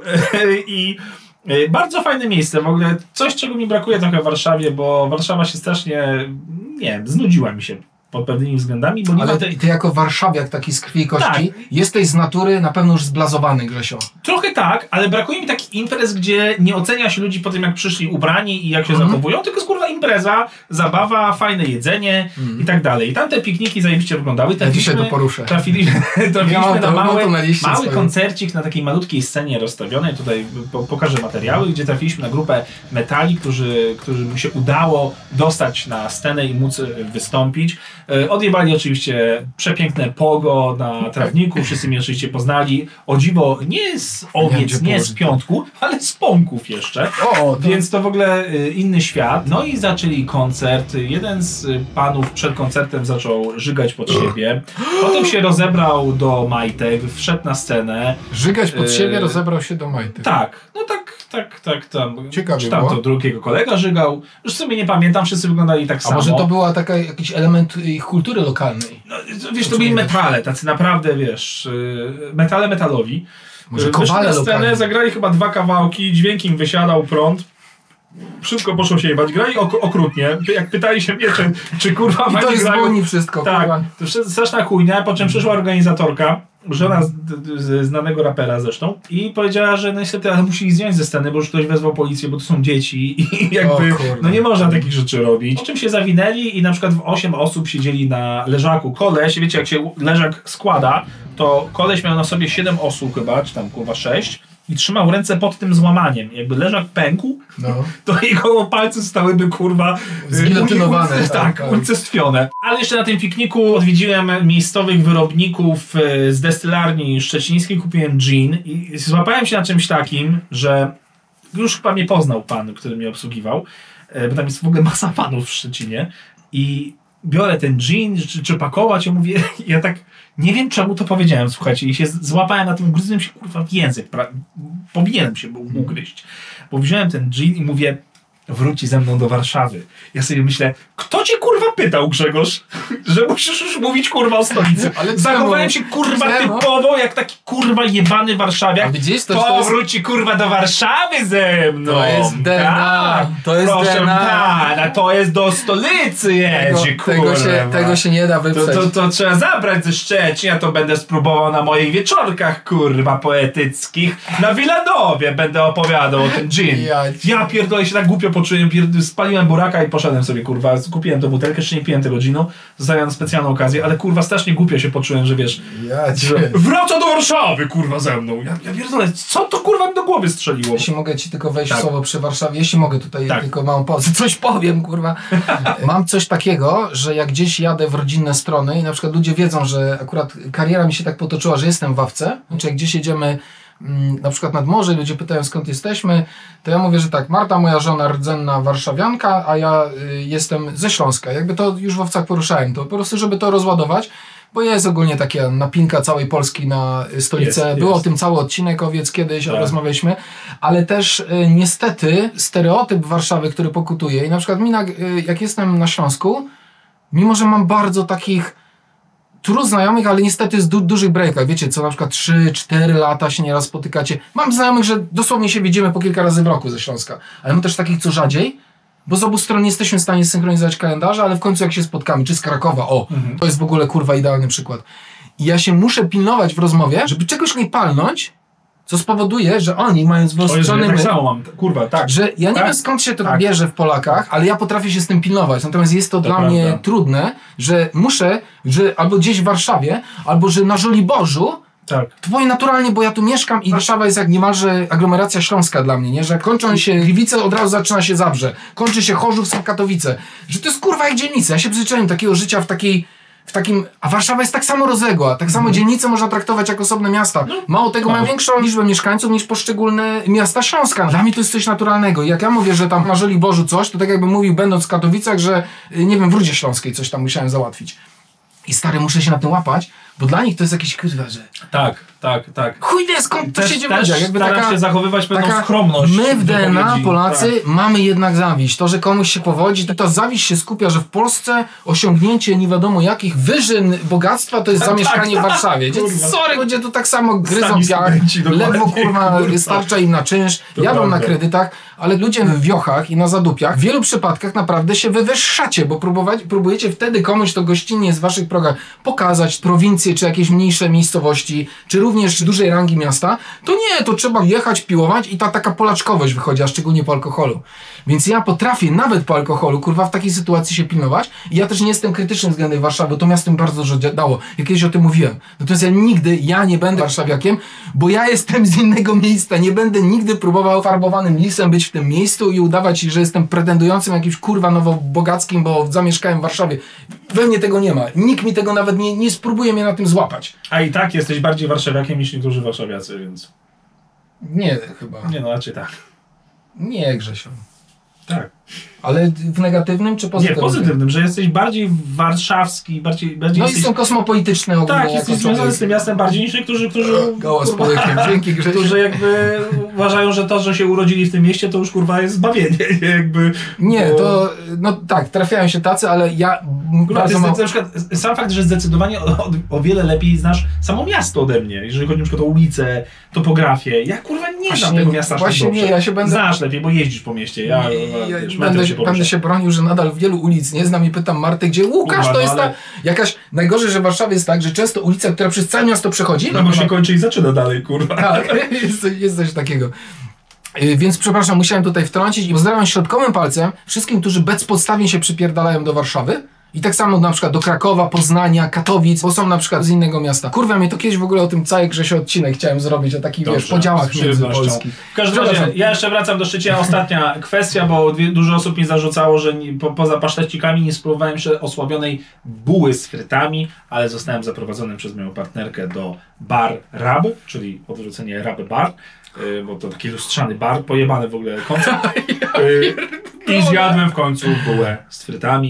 i bardzo fajne miejsce, w ogóle coś, czego mi brakuje trochę w Warszawie, bo Warszawa się strasznie, nie wiem, znudziła mi się pod pewnymi względami, bo nie ale ma ty jako warszawiak taki z krwi i kości, tak. Jesteś z natury na pewno już zblazowany, Grzesio. Trochę tak, ale brakuje mi takich imprez, gdzie nie ocenia się ludzi po tym, jak przyszli ubrani i jak się zachowują, tylko jest kurwa impreza, zabawa, fajne jedzenie i tak dalej. I tam te pikniki zajebiście wyglądały. Ja dzisiaj to poruszę. Trafiliśmy na mały swoje. koncercik na takiej malutkiej scenie rozstawionej. Tutaj pokażę materiały, gdzie trafiliśmy na grupę metali, którym się udało dostać na scenę i móc wystąpić. Odjebali oczywiście przepiękne pogo na trawniku, wszyscy mnie oczywiście poznali. O dziwo, nie z owiec, nie z piątku, ale z pąków jeszcze. Więc to w ogóle inny świat. No i zaczęli koncert. Jeden z panów przed koncertem zaczął żygać pod siebie. Potem się rozebrał do majtek, wszedł na scenę. Żygać pod siebie, rozebrał się do majtek. Tak, no tak. Tam. Ciekawie czy tam było? to drugiego kolega żygał. Już sobie nie pamiętam, wszyscy wyglądali tak samo. A może to była jakiś element ich kultury lokalnej? No, wiesz, to byli metale, tacy naprawdę, wiesz, metalowi. Może kowale na scenę, lokalne. zagrali chyba 2 kawałki, dźwięk im wysiadał, prąd. Wszystko poszło się jebać. Grali okrutnie. Jak pytali się mnie, czy kurwa... I to jest zwolni wszystko, tak, kurwa. To straszna chujnia, po czym przyszła organizatorka, żona znanego rapera zresztą, i powiedziała, że niestety, ale musieli zdjąć ze sceny, bo już ktoś wezwał policję, bo to są dzieci i jakby, no nie można takich rzeczy robić. Po czym się zawinęli i na przykład w 8 osób siedzieli na leżaku. Koleś, wiecie, jak się leżak składa, to koleś miał na sobie 7 osób chyba, czy tam kurwa 6, i trzymał ręce pod tym złamaniem. Jakby leżak pękł, to jego palce zostałyby kurwa zgilotynowane. Tak, unicestwione. Ale jeszcze na tym pikniku odwiedziłem miejscowych wyrobników z destylarni szczecińskiej, kupiłem gin i złapałem się na czymś takim, że już chyba mnie poznał pan, który mnie obsługiwał, bo tam jest w ogóle masa panów w Szczecinie i biorę ten gin, czy pakować, ja mówię, ja tak nie wiem czemu to powiedziałem, słuchajcie, i się złapałem na tym, gryzłem się kurwa w język, powinienem się ugryźć, bo wziąłem ten gin i mówię, wróci ze mną do Warszawy. Ja sobie myślę, kto cię kurwa pytał, Grzegorz, że musisz już mówić kurwa o stolicy. Ale zachowałem się kurwa typowo, jak taki kurwa jebany warszawiak. To wróci kurwa do Warszawy ze mną. To jest DNA. To jest DNA. To jest do stolicy jedzie, kurwa. Tego się nie da wyprzeć. To trzeba zabrać ze Szczecina, to będę spróbował na moich wieczorkach kurwa poetyckich. Na Wilanowie będę opowiadał o tym gin. Ja pierdolę się tak głupio poczułem, spaliłem buraka i poszedłem sobie, kurwa, kupiłem tę butelkę, jeszcze nie piłem tego ginu, zostawiam na specjalną okazję, ale kurwa strasznie głupio się poczułem, że wiesz, wraca do Warszawy, kurwa, ze mną. Ja pierdolę, co to kurwa mi do głowy strzeliło? Jeśli mogę ci tylko wejść w słowo przy Warszawie, jeśli mogę tutaj tylko małą pauzę, coś powiem, kurwa. Mam coś takiego, że jak gdzieś jadę w rodzinne strony i na przykład ludzie wiedzą, że akurat kariera mi się tak potoczyła, że jestem w Wawce, znaczy jak gdzieś jedziemy na przykład nad morze, ludzie pytają skąd jesteśmy, to ja mówię, że tak, Marta, moja żona rdzenna warszawianka, a ja jestem ze Śląska. Jakby to już w Owcach poruszałem, to po prostu, żeby to rozładować, bo jest ogólnie taka napinka całej Polski na stolicę. Było o tym cały odcinek Owiec kiedyś, rozmawialiśmy, ale też niestety stereotyp Warszawy, który pokutuje i na przykład mi, jak jestem na Śląsku, mimo że mam bardzo takich znajomych, ale niestety z dużych breakach. Wiecie, co na przykład 3-4 lata się nieraz spotykacie. Mam znajomych, że dosłownie się widzimy po kilka razy w roku ze Śląska. Ale mam też takich, co rzadziej, bo z obu stron nie jesteśmy w stanie synchronizować kalendarza, ale w końcu jak się spotkamy, czy z Krakowa, to jest w ogóle kurwa idealny przykład. I ja się muszę pilnować w rozmowie, żeby czegoś nie palnąć, co spowoduje, że oni mają wyostrzony tak samo mam, kurwa, tak. Że ja nie wiem skąd się to bierze w Polakach, ale ja potrafię się z tym pilnować. Natomiast jest to dla mnie trudne, że muszę, że albo gdzieś w Warszawie, albo że na Żoliborzu Tak. Twoje naturalnie, bo ja tu mieszkam i Warszawa jest jak niemalże aglomeracja śląska dla mnie, nie? Że kończą się Gliwice, od razu zaczyna się Zabrze. Kończy się Chorzów, są Katowice. Że to jest kurwa jak dzielnica. Ja się przyzwyczaiłem do takiego życia w takim... A Warszawa jest tak samo rozległa. Tak samo dzielnice można traktować jak osobne miasta. Mało tego, mają większą liczbę mieszkańców niż poszczególne miasta Śląska. Dla mnie to jest coś naturalnego. I jak ja mówię, że tam na Żoliborzu coś, to tak jakbym mówił będąc w Katowicach, że nie wiem, w Rudzie Śląskiej coś tam musiałem załatwić. I stary, muszę się na tym łapać, bo dla nich to jest jakieś kurwa, że... Tak. Chuj wie skąd to się dzieje. Jakby staram się zachowywać pewną skromność. My w DNA, wypowiedzi. Polacy, mamy jednak zawiść. To, że komuś się powodzi, to ta zawiść się skupia, że w Polsce osiągnięcie nie wiadomo jakich wyżyn bogactwa to jest zamieszkanie w Warszawie. Sorry, ludzie tu tak samo gryzą piach, ledwo kurwa starcza im na czynsz, jadą na kredytach, ale ludzie w wiochach i na zadupiach w wielu przypadkach naprawdę się wywyższacie, bo próbujecie wtedy komuś to gościnnie z waszych progach pokazać prowincje, czy jakieś mniejsze miejscowości, czy również dużej rangi miasta, to nie, to trzeba jechać, piłować i ta taka polaczkowość wychodzi, a szczególnie po alkoholu. Więc ja potrafię nawet po alkoholu, kurwa, w takiej sytuacji się pilnować i ja też nie jestem krytyczny względem Warszawy, bo to miasto mi bardzo dużo dało. Jak kiedyś o tym mówiłem. Natomiast ja nie będę warszawiakiem, bo ja jestem z innego miejsca. Nie będę nigdy próbował farbowanym lisem być w tym miejscu i udawać, że jestem pretendującym jakimś kurwa nowobogackim, bo zamieszkałem w Warszawie. We mnie tego nie ma. Nikt mi tego nawet nie spróbuje mnie na tym złapać. A i tak jesteś bardziej warszawiakiem niż niektórzy warszawiacy, więc... Nie, chyba. Nie no, raczej tak. Nie, Grzesiu. Tak. Ale w negatywnym czy pozytywnym? Nie, pozytywnym, że jesteś bardziej warszawski, bardziej No jesteś... jestem kosmopolityczny ogólnie. Tak, jesteś związany z tym miastem bardziej niż niektórzy, Goła z połykiem, dzięki Grzesiu. którzy jakby uważają, że to, że się urodzili w tym mieście, to już kurwa jest zbawienie, nie? Jakby... Nie, bo... to... No tak, trafiają się tacy, ale ja bardzo na przykład sam fakt, że zdecydowanie o wiele lepiej znasz samo miasto ode mnie, jeżeli chodzi na przykład o ulice, topografię. Ja kurwa nie znam tego miasta aż tak dobrze. Nie, ja się będę... Znasz lepiej, bo jeździsz po mieście. Ja będę się bronił, że nadal wielu ulic nie znam i pytam Martę, gdzie Łukasz, kurwa, to jest ale... ta... Jakaś... Najgorzej, że w Warszawie jest tak, że często ulica, która przez całe miasto przechodzi... No bo się kończy i zaczyna dalej, kurwa. Tak, jest coś takiego. Więc przepraszam, musiałem tutaj wtrącić i pozdrawiam środkowym palcem wszystkim, którzy bezpodstawnie się przypierdalają do Warszawy. I tak samo na przykład do Krakowa, Poznania, Katowic, bo są na przykład z innego miasta. Kurwa, mnie to kiedyś w ogóle o tym całej Grzesiu odcinek chciałem zrobić, o takich, wiesz, podziałach między Polski. W każdym razie, ja jeszcze wracam do Szczecina. Ostatnia kwestia, bo dużo osób mi zarzucało, że poza pasztecikami nie spróbowałem jeszcze osłabionej buły z frytami, ale zostałem zaprowadzony przez moją partnerkę do Bar Rab, czyli odwrócenie Rab Bar, bo to taki lustrzany bar, pojebany w ogóle koncept. I zjadłem w końcu bułę z frytami.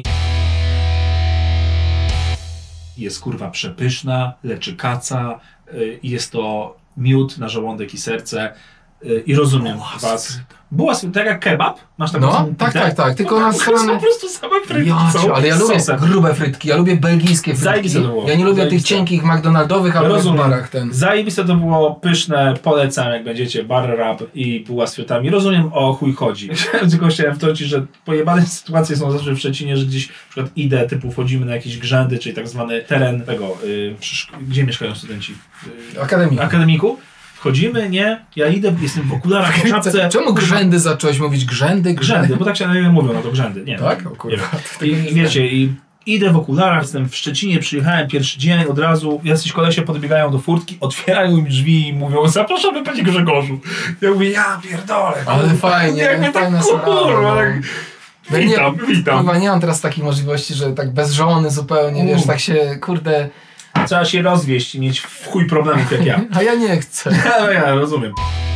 Jest kurwa przepyszna, leczy kaca i jest to miód na żołądek i serce i rozumiem was. Buła, tak jak kebab? Masz taką no, tak, tylko na stronę... po prostu same frytki są. Ale ja lubię grube frytki, ja lubię belgijskie frytki. Ja nie lubię tych cienkich McDonaldowych, ale w barach ten. Zajebiste to było, pyszne, polecam jak będziecie, Bar Rab i buła z frytami. Rozumiem, o chuj chodzi. Tylko chciałem wtrącić, że pojebane sytuacje są zawsze w Szczecinie, że gdzieś na przykład idę, typu wchodzimy na jakieś grzędy, czyli tak zwany teren tego, gdzie mieszkają studenci? Akademiku. Wchodzimy, nie? Ja idę, jestem w okularach, w czapce. Czemu grzędy zacząłeś mówić? Grzędy, bo tak się mówią na to grzędy. Nie, tak? O kurwa. I wiecie, i idę w okularach, jestem w Szczecinie, przyjechałem pierwszy dzień, od razu jacyś kolesie podbiegają do furtki, otwierają mi drzwi i mówią: zapraszamy panie Grzegorzu. Ja mówię: ja pierdolę. Ale fajnie, fajna sprawa. Witam. Kurwa, nie mam teraz takiej możliwości, że tak bez żony zupełnie, wiesz, tak się, kurde... Trzeba się rozwieść i mieć w chuj problemów jak ja. A ja nie chcę. Ja rozumiem.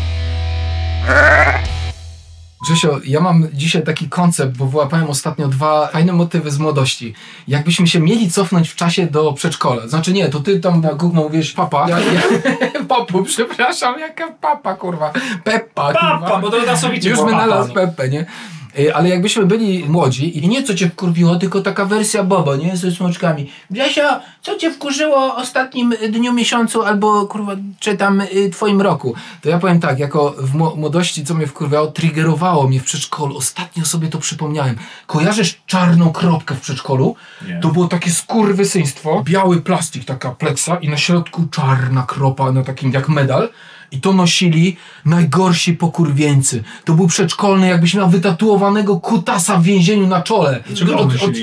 Grzesio, ja mam dzisiaj taki koncept, bo wyłapałem ostatnio 2 fajne motywy z młodości. Jakbyśmy się mieli cofnąć w czasie do przedszkola. Znaczy nie, to ty tam na gówno mówisz papa. Papu, przepraszam, jaka papa, kurwa. Peppa, kurwa. Bo to nasowicie już wynalazł Peppę, nie? Ale jakbyśmy byli młodzi i nie co cię wkurwiło, tylko taka wersja Bobo, nie? Ze smoczkami. Grzesio, co cię wkurzyło ostatnim dniu, miesiącu albo kurwa, czy tam twoim roku? To ja powiem tak, jako w młodości, co mnie wkurwiało, triggerowało mnie w przedszkolu. Ostatnio sobie to przypomniałem. Kojarzysz czarną kropkę w przedszkolu? Nie. To było takie skurwysyństwo. Biały plastik, taka pleksa i na środku czarna kropa na takim jak medal. I to nosili najgorsi pokurwieńcy. To był przedszkolny, jakbyś miał wytatuowanego kutasa w więzieniu na czole. Czego to nosili?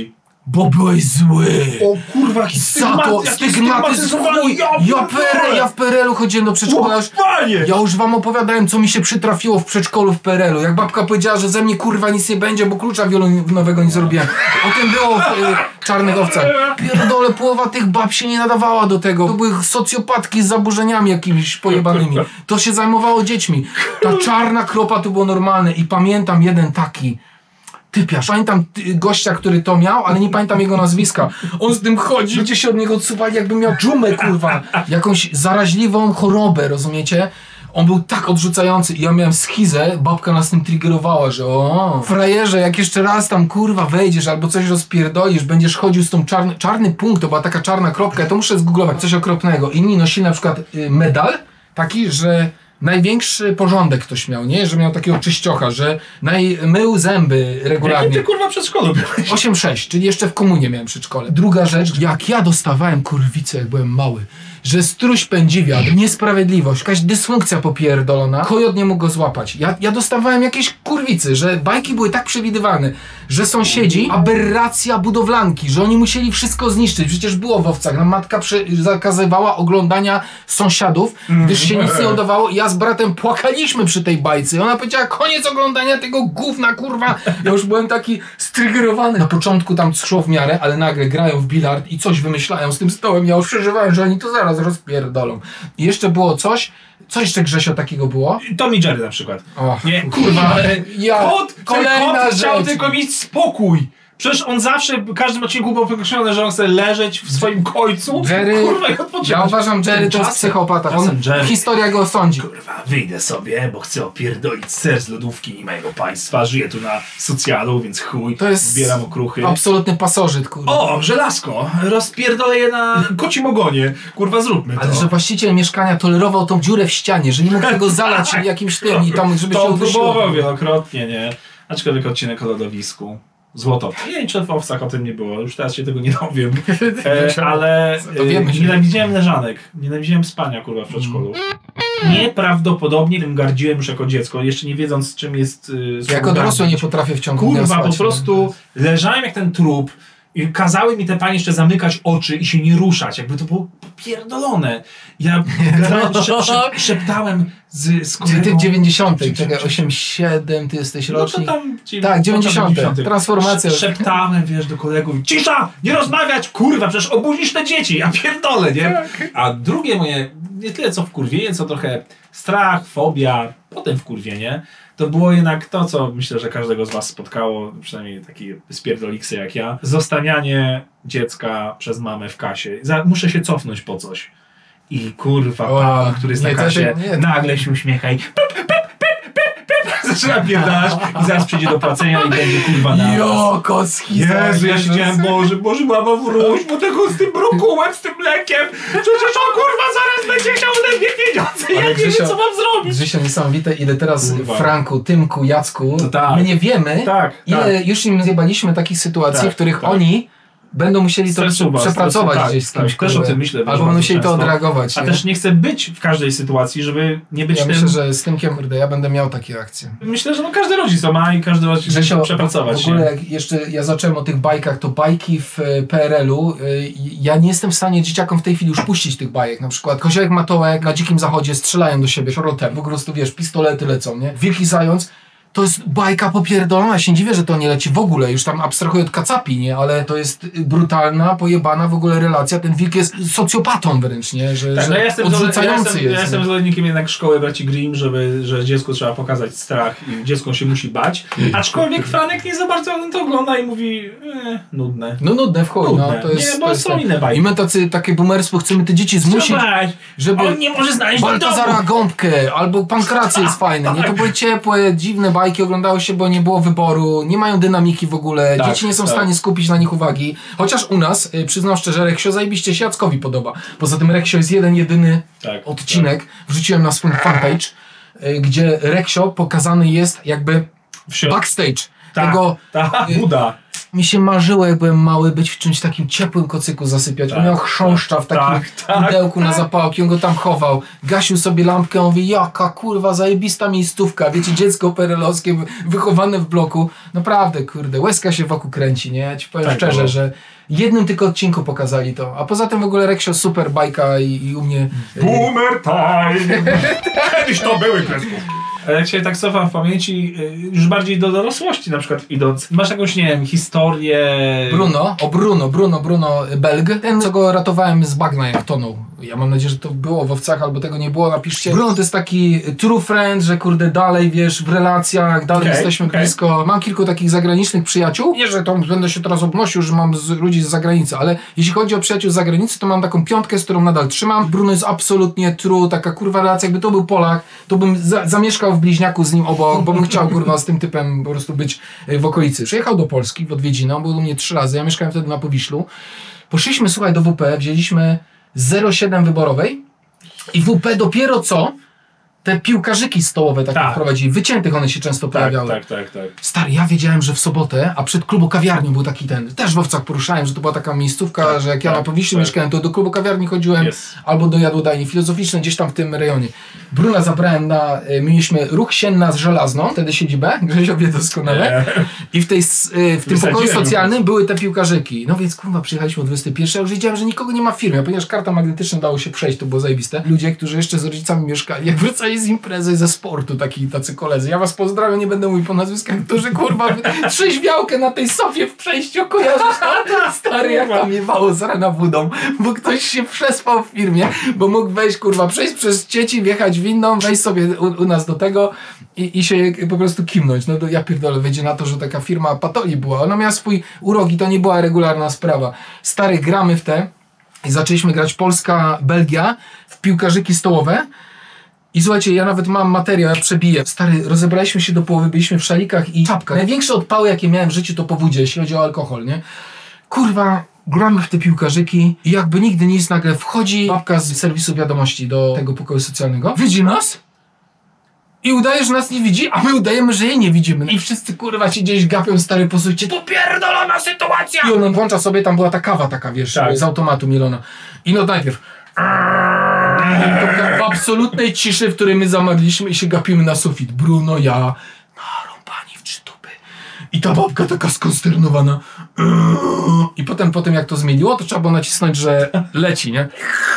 bo byłeś zły. O kurwa, jaki stygmatyzm, chuj. Ja w PRL-u chodziłem do przedszkola. Ja już wam opowiadałem, co mi się przytrafiło w przedszkolu w PRL-u. Jak babka powiedziała, że ze mnie kurwa nic nie będzie, bo klucza wiolonowego nie zrobiłem. O tym było w Czarnych Owcach. Pierdolę, połowa tych bab się nie nadawała do tego. To były socjopatki z zaburzeniami jakimiś pojebanymi. To się zajmowało dziećmi. Ta czarna kropa to było normalne. I pamiętam jeden taki typiarz. Pamiętam gościa, który to miał, ale nie pamiętam jego nazwiska. On z tym chodzi, ludzie się od niego odsuwali, jakby miał dżumę, kurwa. Jakąś zaraźliwą chorobę, rozumiecie? On był tak odrzucający i ja miałem schizę, babka nas tym triggerowała, że frajerze, jak jeszcze raz tam kurwa wejdziesz albo coś rozpierdolisz, będziesz chodził z tą czarny punkt, to była taka czarna kropka, ja to muszę zgooglować, coś okropnego. Inni nosili na przykład medal taki, że największy porządek ktoś miał, nie? Że miał takiego czyściocha, że mył zęby regularnie. Jakie ty kurwa przedszkolu byłeś? 8-6, czyli jeszcze w komunie miałem przedszkole. Druga rzecz, jak ja dostawałem kurwicę, jak byłem mały, że struś pędzi wiatr, niesprawiedliwość, jakaś dysfunkcja popierdolona, kojot nie mógł go złapać. Ja dostawałem jakieś kurwicy, że bajki były tak przewidywalne, że sąsiedzi, aberracja budowlanki, że oni musieli wszystko zniszczyć. Przecież było w Owcach, nam matka zakazywała oglądania sąsiadów, gdyż się nic nie udawało i ja z bratem płakaliśmy przy tej bajce. I ona powiedziała, koniec oglądania tego gówna, kurwa. Ja już byłem taki striggerowany. Na początku tam szło w miarę, ale nagle grają w bilard i coś wymyślają z tym stołem. Ja już przeżywałem, że oni to zaraz rozpierdolą. I jeszcze było coś, co jeszcze, Grzesio, takiego było? Tom i Jerry na przykład. Och, nie, kurwa, kot kolejna chciał rzecz. tylko mieć spokój. Przecież on zawsze, w każdym odcinku było podkreślone, że on chce leżeć w swoim końcu. Jerry, kurwa, i odpoczywać. ja uważam, Jerry to jest psychopata. Historia go osądzi. Kurwa, wyjdę sobie, bo chcę opierdolić ser z lodówki mojego państwa. Żyję tu na socjalu, więc chuj, to jest zbieram okruchy. Absolutny pasożyt, kurwa. O, żelazko! Rozpierdolę je na kocim ogonie. Kurwa, zróbmy to. Ale że właściciel mieszkania tolerował tą dziurę w ścianie, że nie mógł tego zalać jakimś tym i tam, żeby się udusiło. To próbował wielokrotnie, nie? Aczkolwiek odcinek o lodowisku. Złoto. Nie wiem, czy w Owcach o tym nie było. Już teraz się tego nie dowiem. Ale nienawidziałem leżanek. Nienawidziałem spania, kurwa, w przedszkolu. Nieprawdopodobnie tym gardziłem już jako dziecko, jeszcze nie wiedząc, czym jest... jako dorosły nie potrafię w ciągu dnia Kurwa, spać, po prostu leżałem jak ten trup i kazały mi te panie jeszcze zamykać oczy i się nie ruszać, jakby to było popierdolone. Ja szeptałem z kolegą... Ty w 90. Czekaj, 8-7, ty jesteś rocznik. No to tam... Tak, 90. Transformacja. Szeptałem, wiesz, do kolegów, cisza! Nie rozmawiać! Kurwa, przecież obudzisz te dzieci! Ja pierdolę, nie? A drugie moje, nie tyle co wkurwienie, co trochę strach, fobia, potem wkurwienie, to było jednak to, co myślę, że każdego z was spotkało, przynajmniej taki spierdoliksy jak ja, zostawianie dziecka przez mamę w kasie. Muszę się cofnąć po coś. I kurwa, pan, który jest na kasie, nagle się uśmiecha i zaczyna pierdalać i zaraz przyjdzie do płacenia i będzie kurwa na Jezu, ja siedziałem, Boże, mama wróć, bo tego z tym brokułem, z tym mlekiem, przecież on kurwa zaraz będzie chciał ode mnie pieniądze, ja nie wiem, co mam zrobić. Grzesio, niesamowite, ile teraz Franku, Tymku, Jacku, my nie wiemy, ile już im zjebaliśmy takich sytuacji, w których oni będą musieli to przepracować gdzieś z kimś. Też o tym myślę. Albo będą musieli to odreagować. A też nie chcę być w każdej sytuacji, żeby nie być tym... Myślę, że z Tymkiem, kurde, ja będę miał takie reakcje. Myślę, że każdy rodzic to ma i każdy rodzic musi przepracować. W ogóle jak jeszcze ja zacząłem o tych bajkach, to bajki w PRL-u, ja nie jestem w stanie dzieciakom w tej chwili już puścić tych bajek. Na przykład Koziołek Matołek na Dzikim Zachodzie strzelają do siebie szrotem. Po prostu, wiesz, pistolety lecą, nie? Wilki Zając. To jest bajka popierdolona, ja się nie dziwię, że to nie leci w ogóle, już tam abstrahuję od kacapi, nie? Ale to jest brutalna, pojebana w ogóle relacja, ten wilk jest socjopatą wręcz, nie? Że odrzucający jest. Ja jestem zwolennikiem jednak szkoły braci Grimm, że dziecku trzeba pokazać strach i dziecko się musi bać, aczkolwiek Franek nie za bardzo on to ogląda i mówi nudne. No nudne w chuj, no to jest... Nie, bo są inne bajki. I my takie boomerstwo chcemy te dzieci zmusić, żeby... On nie może znaleźć Baltazara Gąbkę, albo Pankracy jest fajny, nie? To były ciepłe, dziwne bajki, oglądało się, bo nie było wyboru, nie mają dynamiki w ogóle, dzieci nie są w stanie skupić na nich uwagi. Chociaż u nas, przyznam szczerze, Reksio zajebiście się Jackowi podoba. Poza tym Reksio jest jedyny odcinek, wrzuciłem na swój fanpage, gdzie Reksio pokazany jest jakby backstage tego... Buda. mi się marzyło, jak byłem mały, być w czymś takim ciepłym kocyku zasypiać. On miał chrząszcza w takim pudełku na zapałki, on go tam chował. Gasił sobie lampkę, on mówi, jaka kurwa zajebista miejscówka. Wiecie, dziecko perelowskie, wychowane w bloku. Naprawdę, kurde, łezka się wokół kręci, nie? Ja ci powiem szczerze, że jednym tylko odcinku pokazali to. A poza tym w ogóle Reksio super bajka i u mnie... Boomer time! Kiedyś to były kreskówki. Jak się tak cofam w pamięci, już bardziej do dorosłości na przykład idąc, masz jakąś, nie wiem, historię... Bruno Belg, ten co go ratowałem z bagna jak tonął. Ja mam nadzieję, że to było w Owcach albo tego nie było, napiszcie. Bruno to jest taki true friend, że kurde dalej wiesz, w relacjach, dalej jesteśmy blisko. Mam kilku takich zagranicznych przyjaciół. Nie, że tam będę się teraz obnosił, że mam ludzi z zagranicy, ale jeśli chodzi o przyjaciół z zagranicy, to mam taką piątkę, z którą nadal trzymam. Bruno jest absolutnie true, taka kurwa relacja, jakby to był Polak, to bym zamieszkał w bliźniaku z nim obok, bo bym chciał kurwa z tym typem po prostu być w okolicy. Przyjechał do Polski w odwiedziny, on był u mnie 3 razy, ja mieszkałem wtedy na Powiślu. Poszliśmy, słuchaj, do WP, wzięliśmy 0,7 wyborowej i WP dopiero co te piłkarzyki stołowe takie wprowadzili. Wyciętych one się często pojawiały. Tak. Stary, ja wiedziałem, że w sobotę, a przed klubu kawiarnią był taki ten, też w Owcach poruszałem, że to była taka miejscówka, że jak ja na Powiślu mieszkałem, to do klubu kawiarni chodziłem, albo do jadłodajni filozoficznej, gdzieś tam w tym rejonie. Bruna zabrałem mieliśmy ruch Sienna z Żelazną, wtedy siedzibę, Grzesio wie doskonale. I w tym pokoju socjalnym były te piłkarzyki. No więc kurwa, przyjechaliśmy o 21, ja już wiedziałem, że nikogo nie ma w firmie, ponieważ karta magnetyczna dało się przejść, to było zajebiste. Ludzie, którzy jeszcze z rodzicami mieszkali, jak wracali z imprezy, ze sportu, tacy koledzy. Ja was pozdrawiam, nie będę mówił po nazwiskach, którzy kurwa trzeźwiałkę na tej sofie w przejściu kojarzysz, stary, jak tam jebało z rana budą, bo ktoś się przespał w firmie, bo mógł wejść, kurwa, przejść przez Cieci, wjechać windą, wejść sobie u nas do tego i się po prostu kimnąć. No to ja pierdolę, wyjdzie na to, że taka firma Patoli była. Ona miała swój urok i to nie była regularna sprawa. Stary, gramy w te i zaczęliśmy grać Polska, Belgia w piłkarzyki stołowe. I słuchajcie, ja nawet mam materiał, ja przebiję. Stary, rozebraliśmy się do połowy, byliśmy w szalikach i czapkach. Największe odpały, jakie miałem w życiu, to po wódzie, jeśli chodzi o alkohol, nie? Kurwa, gramy w te piłkarzyki i jakby nigdy nic, nagle wchodzi babka z serwisu wiadomości do tego pokoju socjalnego. Widzi nas i udaje, że nas nie widzi, a my udajemy, że jej nie widzimy. I wszyscy kurwa się gdzieś gapią, stary, posłuchajcie, to pierdolona sytuacja! I on włącza sobie, tam była ta kawa taka, wiesz, z automatu mielona. I no najpierw... w absolutnej ciszy, w której my zamarliśmy i się gapimy na sufit. Bruno, ja, narąbani w 3 tupy. I ta babka taka skonsternowana. I potem jak to zmieniło, to trzeba było nacisnąć, że leci, nie?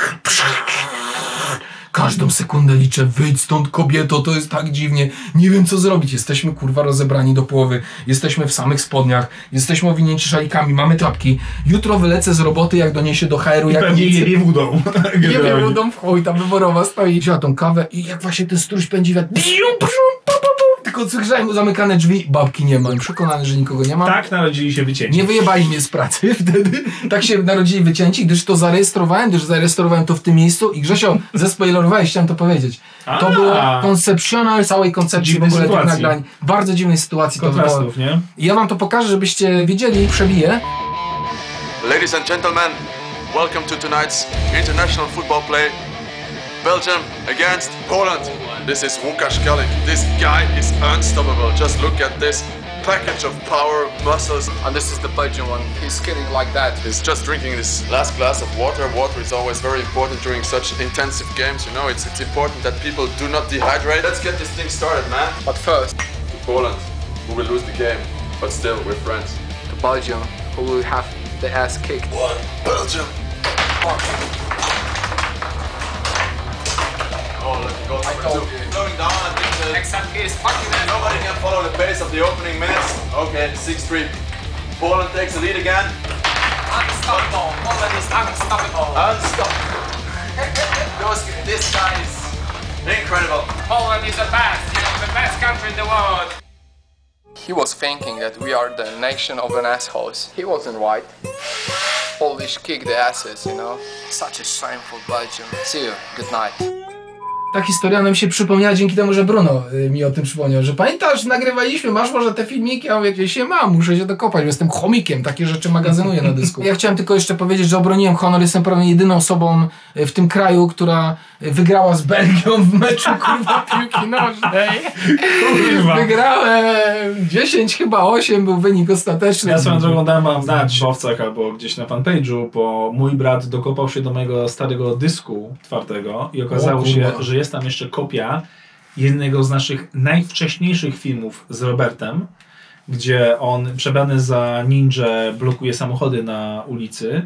Każdą sekundę liczę, wyjdź stąd kobieto, to jest tak dziwnie, nie wiem co zrobić, jesteśmy kurwa rozebrani do połowy, jesteśmy w samych spodniach, jesteśmy owinięci szalikami, mamy klapki, jutro wylecę z roboty, jak doniesie do HR-u, jak pewnie jebie wódą. Jebie wódą w chuj, tam wyborowa stoi, wzięła tą kawę i jak właśnie ten struś pędzi wiatr, tylko słyszałem zamykane drzwi, babki nie ma, przekonany, że nikogo nie ma. Tak narodzili się wycięci. Nie wyjebali mnie z pracy wtedy, tak się narodzili wycięci, gdyż to zarejestrowałem to w tym miejscu i Grzesio, zespoilerowałeś, chciałem to powiedzieć. To było koncepcjonal całej koncepcji w ogóle tych nagrań. Bardzo dziwnej sytuacji to było. Nie? I ja wam to pokażę, żebyście wiedzieli, przebiję. Ladies and gentlemen, welcome to tonight's international football play. Belgium against Poland. This is Łukasz Kalik. This guy is unstoppable. Just look at this package of power, muscles. And this is the Belgian one. He's killing like that. He's just drinking this last glass of water. Water is always very important during such intensive games. You know, it's important that people do not dehydrate. Let's get this thing started, man. But first, To Poland, who will lose the game, but still we're friends. to Belgium, who will have the ass kicked. One, Belgium. Oh, let me go number 2. Going down, I think Exactly, he's fucking that. nobody can follow the pace of the opening minutes. Okay, 6-3. Poland takes the lead again. Unstoppable. Poland is unstoppable. Unstoppable. This guy is incredible. Poland is the best. You know, the best country in the world. He was thinking that we are the nation of an assholes. He wasn't right. Polish kick the asses, you know. Such a shameful Belgium. See you. Good night. Ta historia nam się przypomniała dzięki temu, że Bruno mi o tym przypomniał, że pamiętasz, nagrywaliśmy, masz może te filmiki, a ja mówię, mam, muszę się dokopać, bo jestem chomikiem, takie rzeczy magazynuję na dysku. Ja chciałem tylko jeszcze powiedzieć, że obroniłem honor, jestem prawie jedyną osobą w tym kraju, która wygrała z Belgią w meczu kurwa piłki nożnej. Kurwa. Wygrałem 10-8 był wynik ostateczny. Ja swoją drogą dałem wam znać w Owcach albo gdzieś na fanpage'u, bo mój brat dokopał się do mojego starego dysku twardego i okazało się, że jest tam jeszcze kopia jednego z naszych najwcześniejszych filmów z Robertem, gdzie on przebrany za ninja blokuje samochody na ulicy.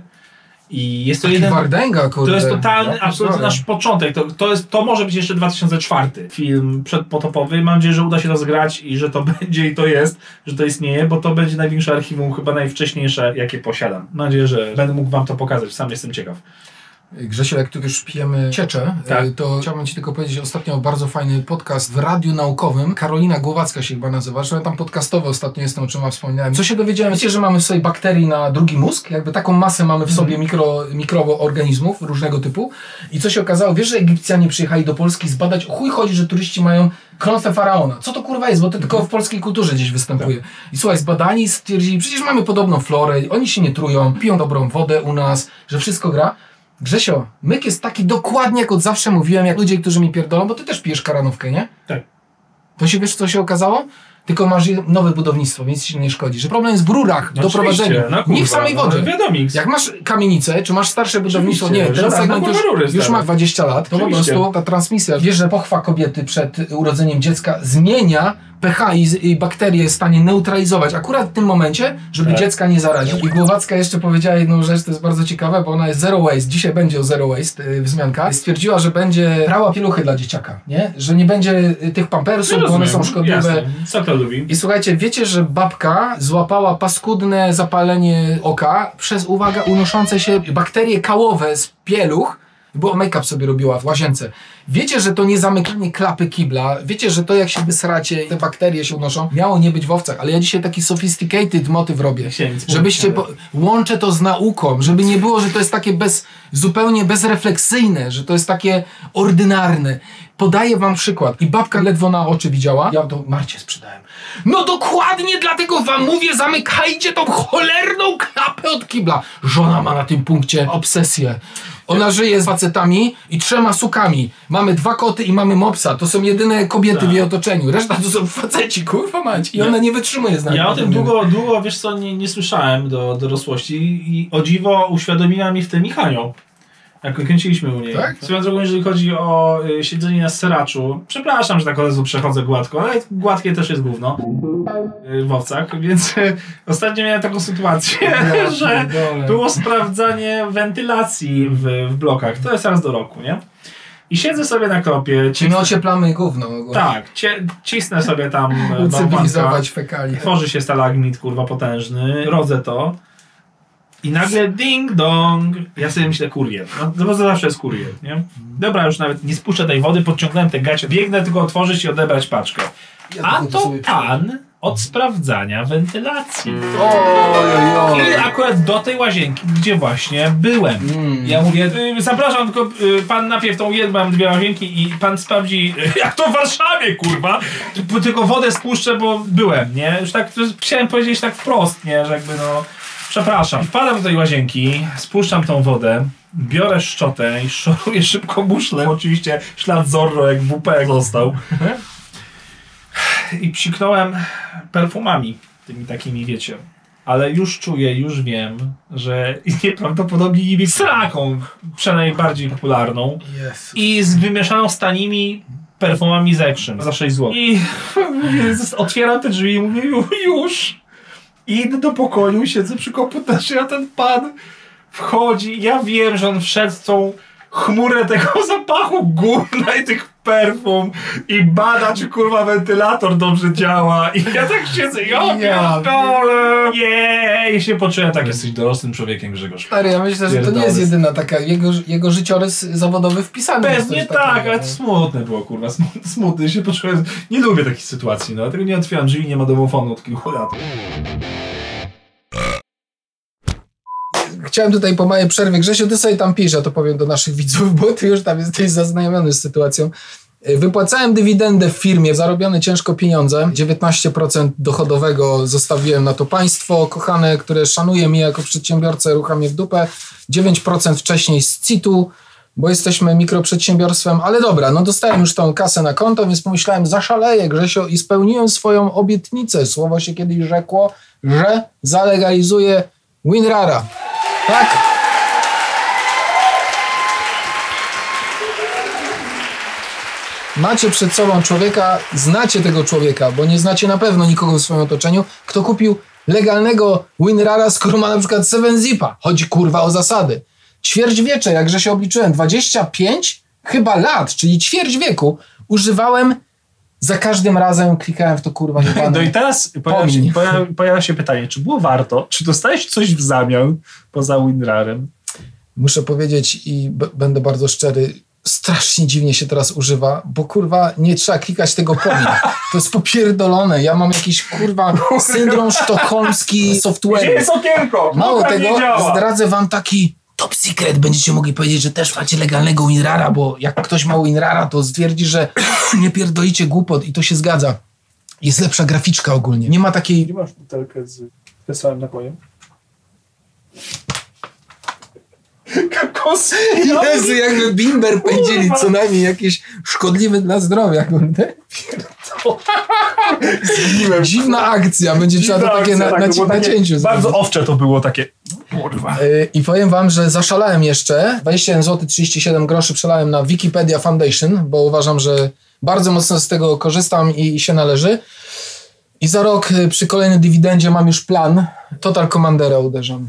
I jest to jeden... Wardęga, kurde. To jest totalny, absolutny nasz początek. To może być jeszcze 2004 film przedpotopowy. Mam nadzieję, że uda się to zgrać i że to będzie i to jest, że to istnieje, bo to będzie największe archiwum, chyba najwcześniejsze, jakie posiadam. Mam nadzieję, że będę mógł wam to pokazać. Sam jestem ciekaw. Grzesiu, jak tu już pijemy ciecze, tak, to chciałbym ci tylko powiedzieć, że ostatnio bardzo fajny podcast w Radiu Naukowym, Karolina Głowacka się chyba nazywa, że tam podcastowo ostatnio jestem, o czym wam wspominałem. Co się dowiedziałem? Wiecie, że mamy w sobie bakterii na drugi mózg? Jakby taką masę mamy w sobie mikroorganizmów różnego typu. I co się okazało? Wiesz, że Egipcjanie przyjechali do Polski zbadać, o chuj chodzi, że turyści mają klątwę faraona. Co to kurwa jest? Bo to tylko w polskiej kulturze gdzieś występuje. I słuchaj, zbadani stwierdzili, przecież mamy podobną florę, oni się nie trują, piją dobrą wodę u nas, że wszystko gra. Grzesio, myk jest taki dokładnie, jak od zawsze mówiłem, jak ludzie, którzy mi pierdolą, bo ty też pijesz karanówkę, nie? Tak. To się wiesz, co się okazało? Tylko masz nowe budownictwo, więc ci nie szkodzi. Że problem jest w rurach, w doprowadzeniu. Nie w samej wodzie. Jak masz kamienicę, czy masz starsze budownictwo, nie, ten segment już ma 20 lat, to po prostu ta transmisja. Wiesz, że pochwa kobiety przed urodzeniem dziecka zmienia pH i bakterie jest w stanie neutralizować akurat w tym momencie, żeby dziecka nie zarazić. I Głowacka jeszcze powiedziała jedną rzecz, to jest bardzo ciekawe, bo ona jest zero waste, dzisiaj będzie o zero waste wzmianka. Stwierdziła, że będzie prała pieluchy dla dzieciaka, nie? Że nie będzie tych pampersów, bo one są szkodliwe. Jasne. Co to lubi? I słuchajcie, wiecie, że babka złapała paskudne zapalenie oka przez, uwaga, unoszące się bakterie kałowe z pieluch, bo make-up sobie robiła w łazience. Wiecie, że to nie zamykanie klapy kibla, wiecie, że to jak się wysracie, te bakterie się unoszą, miało nie być w owcach, ale ja dzisiaj taki sophisticated motyw robię, żebyście, łączę to z nauką, żeby nie było, że to jest takie zupełnie bezrefleksyjne, że to jest takie ordynarne. Podaję wam przykład i babka ledwo na oczy widziała, ja to Marcie sprzedałem. No dokładnie dlatego wam mówię, zamykajcie tą cholerną klapę od kibla. Żona ma na tym punkcie obsesję. Ona żyje z facetami i 3 sukami. Mamy 2 koty i mamy mopsa. To są jedyne kobiety w jej otoczeniu. Reszta to są faceci, kurwa mać. I ona nie wytrzymuje z nami. Ja o tym długo, wiesz co, nie słyszałem do dorosłości i o dziwo uświadomiła mi w tym Michanio. Jak kręciliśmy u niej. Tak? Swoją drogą, jeżeli chodzi o siedzenie na seraczu, przepraszam, że tak od razu przechodzę gładko, ale gładkie też jest gówno w Owcach, więc ostatnio miałem taką sytuację, że było sprawdzanie wentylacji w blokach. To jest raz do roku, nie? I siedzę sobie na klopie. Czyli my ocieplamy gówno. Tak, cisnę sobie tam ucywilizować fekalie. Tworzy się stalagmit, kurwa, potężny, rodzę to. I nagle ding dong. Ja sobie myślę, kurier. No bo zawsze jest kurier, nie? Dobra, już nawet nie spuszczę tej wody, podciągnąłem te gacie, biegnę tylko otworzyć i odebrać paczkę. A to pan od sprawdzania wentylacji. I akurat do tej łazienki, gdzie właśnie byłem. Ja mówię, zapraszam, tylko pan najpierw tą jedną, mam 2 łazienki i pan sprawdzi, jak to w Warszawie, kurwa. Tylko wodę spuszczę, bo byłem, nie? Już tak chciałem powiedzieć tak wprost, nie? Że jakby no... Przepraszam. Wpadam do tej łazienki, spuszczam tą wodę, biorę szczotę i szoruję szybko muszlę. Oczywiście ślad Zorro jak WP został. I psiknąłem perfumami, tymi takimi, wiecie. Ale już czuję, już wiem, że nieprawdopodobnie nimi sraką, przynajmniej popularną. I z wymieszaną z tanimi perfumami z Action za 6 zł. I mówię, otwieram te drzwi i mówię, już. Idę do pokoju, siedzę przy komputerze, a ten pan wchodzi. Ja wiem, że on wszedł w tą chmurę tego zapachu gówna i tych perfum i bada, czy kurwa wentylator dobrze działa. I ja tak siedzę, i się poczułem tak, jesteś dorosłym człowiekiem, Grzegorz. Stary, ja myślę, że to nie jest jedyna taka, jego życiorys zawodowy wpisany. Pewnie tak, ale to smutne było, kurwa, smutne się poczułem. Nie lubię takich sytuacji, no, dlatego nie otwieram drzwi, nie ma domofonu od kilku lat. Chciałem tutaj po małej przerwie. Grzesiu, ty sobie tam pisz, ja to powiem do naszych widzów, bo ty już tam jesteś zaznajomiony z sytuacją. Wypłacałem dywidendę w firmie, zarobione ciężko pieniądze. 19% dochodowego zostawiłem na to państwo kochane, które szanuje mnie jako przedsiębiorcę, rucha mnie w dupę. 9% wcześniej z CIT-u. bo jesteśmy mikroprzedsiębiorstwem, ale dobra, no dostałem już tą kasę na konto, więc pomyślałem, zaszaleję, Grzesio, i spełniłem swoją obietnicę. Słowo się kiedyś rzekło, że zalegalizuję WinRara. Tak? Macie przed sobą człowieka, znacie tego człowieka, bo nie znacie na pewno nikogo w swoim otoczeniu, kto kupił legalnego WinRara, skoro ma na przykład 7-zipa. Chodzi kurwa o zasady. Ćwierćwiecze, jakże się obliczyłem, 25 chyba lat, czyli ćwierć wieku, używałem, za każdym razem klikałem w to kurwa jebane. No i teraz pojawia się pytanie, czy było warto? Czy dostałeś coś w zamian poza WinRarem? Muszę powiedzieć i będę bardzo szczery, strasznie dziwnie się teraz używa, bo kurwa nie trzeba klikać tego pomin. To jest popierdolone. Ja mam jakiś kurwa syndrom sztokholmski software'u. Gdzie jest okienko? Mało tego, zdradzę wam taki top secret. Będziecie mogli powiedzieć, że też macie legalnego WinRara, bo jak ktoś ma WinRara, to stwierdzi, że nie pierdolicie głupot i to się zgadza. Jest lepsza graficzka ogólnie. Nie ma takiej... Gdzie masz butelkę z wesołym napojem? Jezu, jakby bimber pędzili, co najmniej jakieś szkodliwe dla zdrowia, kurde. Dziwna akcja, będzie trzeba to takie nacięciu. Bardzo owcze to było takie. Kurwa. I powiem wam, że zaszalałem jeszcze. 21 zł 37 groszy przelałem na Wikipedia Foundation, bo uważam, że bardzo mocno z tego korzystam i się należy. I za rok przy kolejnej dywidendzie mam już plan. Total Commandera uderzam.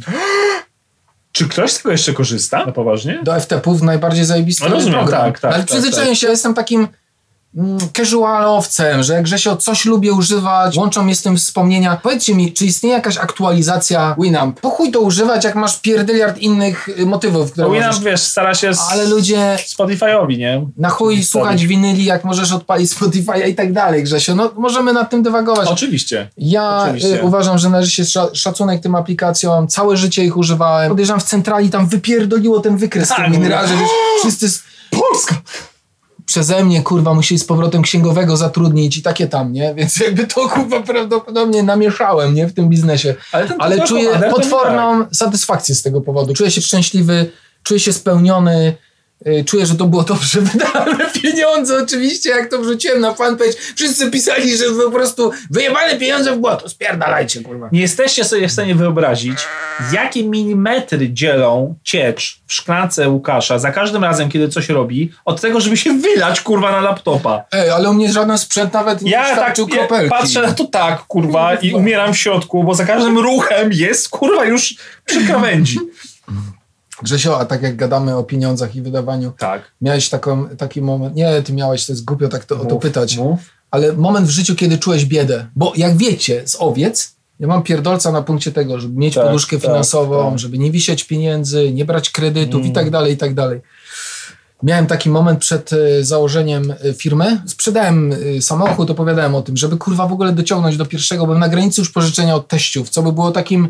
Czy ktoś z tego jeszcze korzysta? Na poważnie? Do FTP-ów najbardziej zajebisty program. Tak, ale przyzwyczaiłem się, jestem takim casualowcem, że jak Grzesio coś lubię używać, łączą mnie z tym wspomnienia. Powiedzcie mi, czy istnieje jakaś aktualizacja Winamp? Po chuj to używać, jak masz pierdyliard innych motywów, które Winamp, możesz... wiesz, stara się ale ludzie Spotify'owi, nie? Na chuj słuchać winyli, jak możesz odpalić Spotify'a i tak dalej, Grzesio. No, możemy nad tym dywagować. Oczywiście. Ja uważam, że należy się szacunek tym aplikacjom. Całe życie ich używałem. Podejrzewam, w centrali tam wypierdoliło ten wykres w tym WinRarze. Wszyscy... Polska! Przeze mnie, kurwa, musieli z powrotem księgowego zatrudnić i takie tam, nie? Więc jakby to, kurwa, prawdopodobnie namieszałem, nie? W tym biznesie. Ale czuję potworną satysfakcję z tego powodu. Czuję się szczęśliwy, czuję się spełniony, czuję, że to było dobrze wydane pieniądze. Oczywiście, jak to wrzuciłem na fanpage, wszyscy pisali, że po prostu wyjebane pieniądze w błoto. Spierdalajcie, kurwa. Nie jesteście sobie w stanie wyobrazić, jakie milimetry dzielą ciecz w szklance Łukasza za każdym razem, kiedy coś robi, od tego, żeby się wylać, kurwa, na laptopa. Ej, ale u mnie żaden sprzęt nawet nie wystarczył kropelki. Ja patrzę na to tak, kurwa, i umieram w środku, bo za każdym ruchem jest, kurwa, już przy krawędzi. Grzesio, a tak jak gadamy o pieniądzach i wydawaniu, tak. Miałeś taki moment, nie, ty miałeś, to jest głupio tak o to pytać, ale moment w życiu, kiedy czułeś biedę, bo jak wiecie, z owiec, ja mam pierdolca na punkcie tego, żeby mieć poduszkę finansową, żeby nie wisieć pieniędzy, nie brać kredytów i tak dalej, i tak dalej. Miałem taki moment przed założeniem firmy, sprzedałem samochód, opowiadałem o tym, żeby kurwa w ogóle dociągnąć do pierwszego, byłem na granicy już pożyczenia od teściów, co by było takim...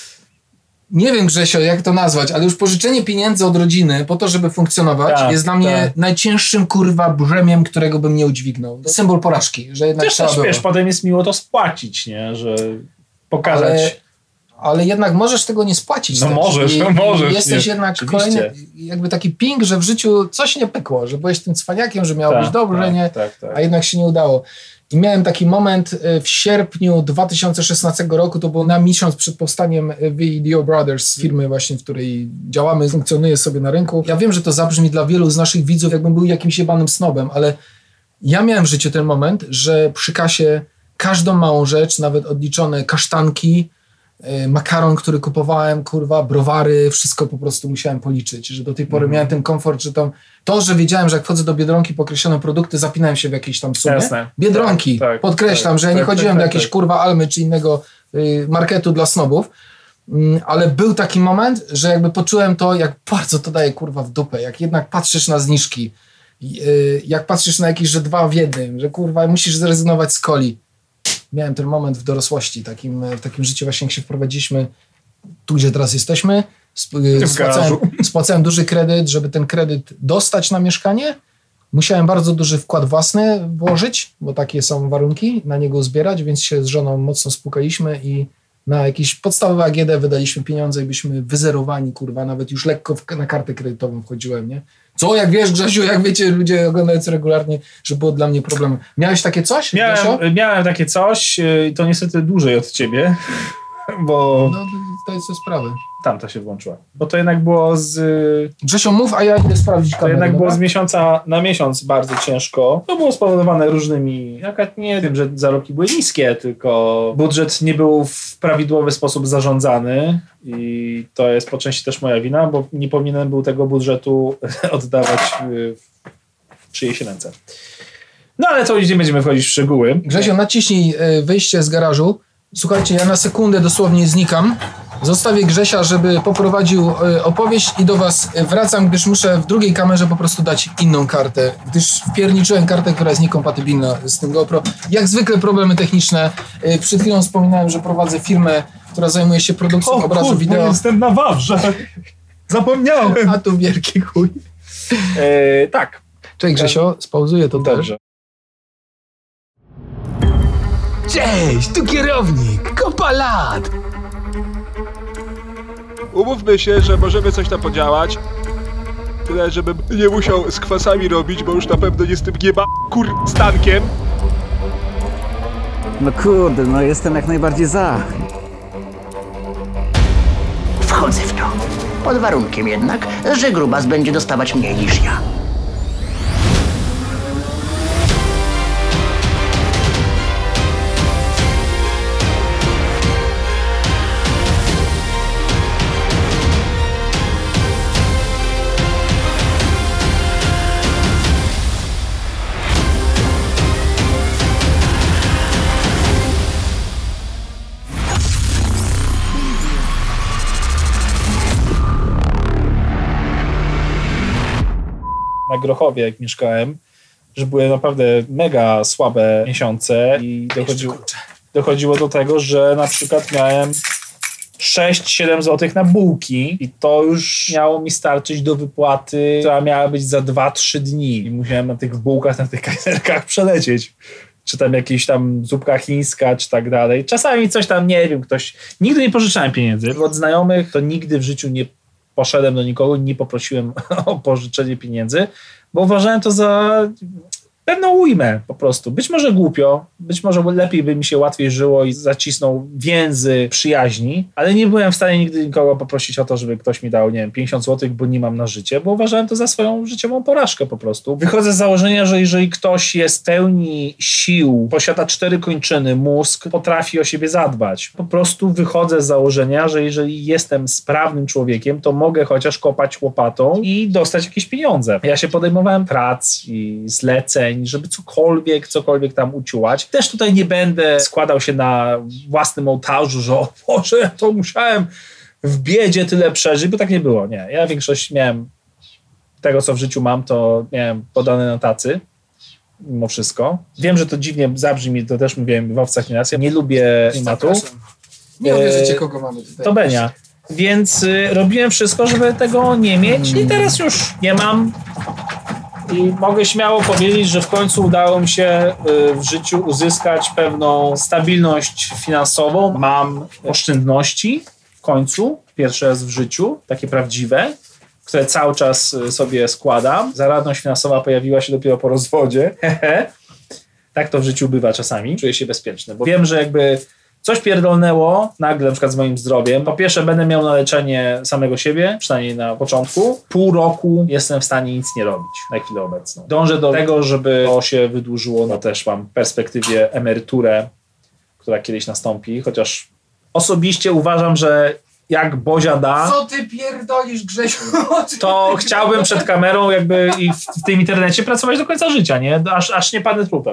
Nie wiem, Grzesio, jak to nazwać, ale już pożyczenie pieniędzy od rodziny po to, żeby funkcjonować, jest dla mnie najcięższym, kurwa, brzemiem, którego bym nie udźwignął. Symbol porażki, że jednak też trzeba było. Wiesz, potem jest miło to spłacić, nie? Że pokazać... Ale jednak możesz tego nie spłacić. No też. możesz. Jesteś jednak kolejny, jakby taki ping, że w życiu coś nie pykło, że byłeś tym cwaniakiem, że miało być dobrze, nie? A jednak się nie udało. I miałem taki moment w sierpniu 2016 roku, to było na miesiąc przed powstaniem VDO Brothers, firmy właśnie, w której działamy, funkcjonuje sobie na rynku. Ja wiem, że to zabrzmi dla wielu z naszych widzów, jakbym był jakimś jebanym snobem, ale ja miałem w życiu ten moment, że przy kasie każdą małą rzecz, nawet odliczone kasztanki, makaron, który kupowałem, kurwa, browary, wszystko po prostu musiałem policzyć, że do tej pory miałem ten komfort, że to, że wiedziałem, że jak wchodzę do Biedronki po określone produkty, zapinałem się w jakiejś tam sumie. Jasne. Biedronki, podkreślam, że ja nie chodziłem do jakiejś kurwa Almy czy innego marketu dla snobów, ale był taki moment, że jakby poczułem to, jak bardzo to daje kurwa w dupę, jak jednak patrzysz na zniżki, jak patrzysz na jakieś, że 2 w 1, że kurwa musisz zrezygnować z coli. Miałem ten moment w dorosłości, w takim życiu właśnie, jak się wprowadziliśmy tu, gdzie teraz jesteśmy, spłacałem duży kredyt, żeby ten kredyt dostać na mieszkanie. Musiałem bardzo duży wkład własny włożyć, bo takie są warunki, na niego zbierać, więc się z żoną mocno spłukaliśmy i na jakieś podstawowe AGD wydaliśmy pieniądze i byliśmy wyzerowani, kurwa, nawet już lekko na kartę kredytową wchodziłem, nie? Co, jak wiesz, Grzesiu, jak wiecie, ludzie oglądający regularnie, że było dla mnie problemem. Miałeś takie coś? Miałem takie coś, to niestety dłużej od ciebie, bo... No, to jest sprawy. Tamta się włączyła. Bo to jednak było Grzesio, mów, a ja idę sprawdzić kamerę. To jednak było dobra? z miesiąca na miesiąc bardzo ciężko. To było spowodowane różnymi, akurat nie tym, że zarobki były niskie, tylko budżet nie był w prawidłowy sposób zarządzany i to jest po części też moja wina, bo nie powinienem był tego budżetu oddawać w czyjeś ręce. No ale to już nie będziemy wchodzić w szczegóły. Grzesio, naciśnij wyjście z garażu. Słuchajcie, ja na sekundę dosłownie znikam. Zostawię Grzesia, żeby poprowadził opowieść i do was wracam, gdyż muszę w drugiej kamerze po prostu dać inną kartę, gdyż wpierniczyłem kartę, która jest niekompatybilna z tym GoPro. Jak zwykle problemy techniczne. Przed chwilą wspominałem, że prowadzę firmę, która zajmuje się produkcją obrazu wideo. Jestem na Wawrze. Zapomniałem. A tu wielki chuj. Tak. Cześć Grzesio, spauzuję to Dobrze. Cześć, tu kierownik, kopa lat. Umówmy się, że możemy coś tam podziałać. Tyle, żebym nie musiał z kwasami robić, bo już na pewno nie z tym stankiem. No kurde, no jestem jak najbardziej za. Wchodzę w to. Pod warunkiem jednak, że grubas będzie dostawać mniej niż ja. Na Grochowie, jak mieszkałem, że były naprawdę mega słabe miesiące i dochodziło do tego, że na przykład miałem 6-7 zł na bułki i to już miało mi starczyć do wypłaty, która miała być za 2-3 dni i musiałem na tych bułkach, na tych kajzerkach przelecieć. Czy tam jakieś tam zupka chińska, czy tak dalej. Czasami coś tam, nie wiem, nigdy nie pożyczałem pieniędzy. Od znajomych to nigdy w życiu nie poszedłem do nikogo, nie poprosiłem o pożyczenie pieniędzy, bo uważałem to za pewną ujmę po prostu. Być może głupio, być może lepiej by mi się łatwiej żyło i zacisnął więzy przyjaźni, ale nie byłem w stanie nigdy nikogo poprosić o to, żeby ktoś mi dał, nie wiem, 50 zł, bo nie mam na życie, bo uważałem to za swoją życiową porażkę po prostu. Wychodzę z założenia, że jeżeli ktoś jest w pełni sił, posiada 4 kończyny, mózg, potrafi o siebie zadbać. Po prostu wychodzę z założenia, że jeżeli jestem sprawnym człowiekiem, to mogę chociaż kopać łopatą i dostać jakieś pieniądze. Ja się podejmowałem prac i zleceń, żeby cokolwiek tam uciułać. Też tutaj nie będę składał się na własnym ołtarzu, że o Boże, ja to musiałem w biedzie tyle przeżyć, bo tak nie było. Nie, ja większość miałem tego, co w życiu mam, to miałem podane na tacy. Mimo wszystko. Wiem, że to dziwnie zabrzmi, to też mówiłem w Owcach Nienacja. Nie lubię klimatu. Nie uwierzycie, kogo mamy tutaj. To Benia. Więc robiłem wszystko, żeby tego nie mieć i teraz już nie mam. I mogę śmiało powiedzieć, że w końcu udało mi się w życiu uzyskać pewną stabilność finansową. Mam oszczędności w końcu, pierwszy raz w życiu, takie prawdziwe, które cały czas sobie składam. Zaradność finansowa pojawiła się dopiero po rozwodzie. Tak to w życiu bywa czasami. Czuję się bezpieczny, bo wiem, że jakby coś pierdolnęło nagle na przykład z moim zdrowiem. Po pierwsze będę miał na leczenie samego siebie, przynajmniej na początku. Pół roku jestem w stanie nic nie robić na chwilę obecną. Dążę do tego, żeby to się wydłużyło. No też mam w perspektywie emeryturę, która kiedyś nastąpi, chociaż osobiście uważam, że jak Bozia da, Co ty pierdolisz, Grzesiu? to chciałbym przed kamerą jakby i w tym internecie pracować do końca życia, nie? Aż nie padnę trupem.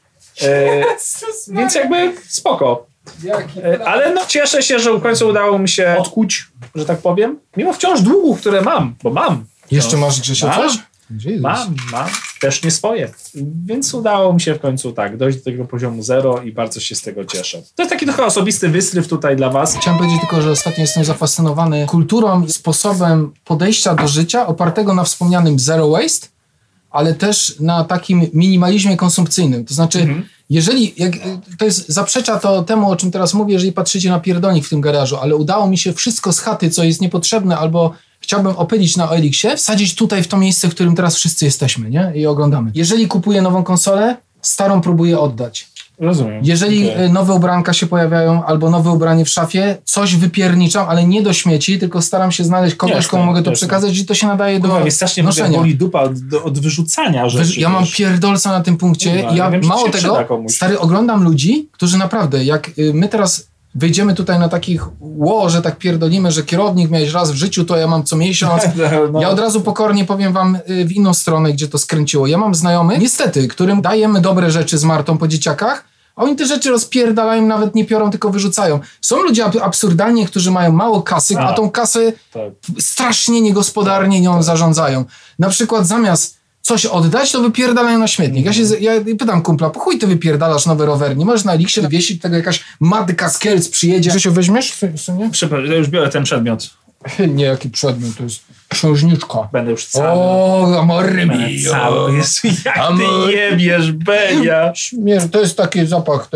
Więc jakby spoko. Ale no cieszę się, że w końcu udało mi się odkuć, że tak powiem. Mimo wciąż długów, które mam, bo mam. Jeszcze masz, Grzesiu, coś? Mam. Też nie swoje. Więc udało mi się w końcu tak dojść do tego poziomu 0 i bardzo się z tego cieszę. To jest taki trochę osobisty wystryw tutaj dla was. Chciałem powiedzieć tylko, że ostatnio jestem zafascynowany kulturą i sposobem podejścia do życia opartego na wspomnianym zero waste, ale też na takim minimalizmie konsumpcyjnym. To znaczy, jeżeli, to jest zaprzecza to temu, o czym teraz mówię, jeżeli patrzycie na pierdolnik w tym garażu, ale udało mi się wszystko z chaty, co jest niepotrzebne albo chciałbym opylić na OLX-ie, wsadzić tutaj w to miejsce, w którym teraz wszyscy jesteśmy, nie? I oglądamy. Jeżeli kupuję nową konsolę, starą próbuję oddać. Rozumiem. Jeżeli nowe ubranka się pojawiają, albo nowe ubranie w szafie, coś wypierniczam, ale nie do śmieci, tylko staram się znaleźć kogoś, komu mogę to przekazać i to się nadaje do Mnie strasznie noszenia. boli dupa od wyrzucania rzeczy. Ja mam pierdolca na tym punkcie. Kurwa, Ja wiem, mało czy się tego, przyda komuś. stary, oglądam ludzi, którzy naprawdę, jak my teraz wyjdziemy tutaj na takich że tak pierdolimy, że kierownik miałeś raz w życiu, to ja mam co miesiąc. No. Ja od razu pokornie powiem wam w inną stronę, gdzie to skręciło. Ja mam znajomych, niestety, którym dajemy dobre rzeczy z Martą po dzieciakach, a oni te rzeczy rozpierdalają, nawet nie piorą, tylko wyrzucają. Są ludzie absurdalnie, którzy mają mało kasy, a tą kasę strasznie niegospodarnie nią zarządzają. Na przykład zamiast coś oddać, to wypierdalają na śmietnik. Ja pytam kumpla, po chuj ty wypierdalasz nowy rower? Nie możesz na Elixie wywiesić tego, jakaś matka z Kielc przyjedzie. Grzesiu, weźmiesz? Przepraszam, ja już biorę ten przedmiot. Nie, jaki przedmiot, to jest księżniczka. Będę już cały. O, amore mio. Cały. Jezu, jak ty jebiesz, Benia. To jest taki zapach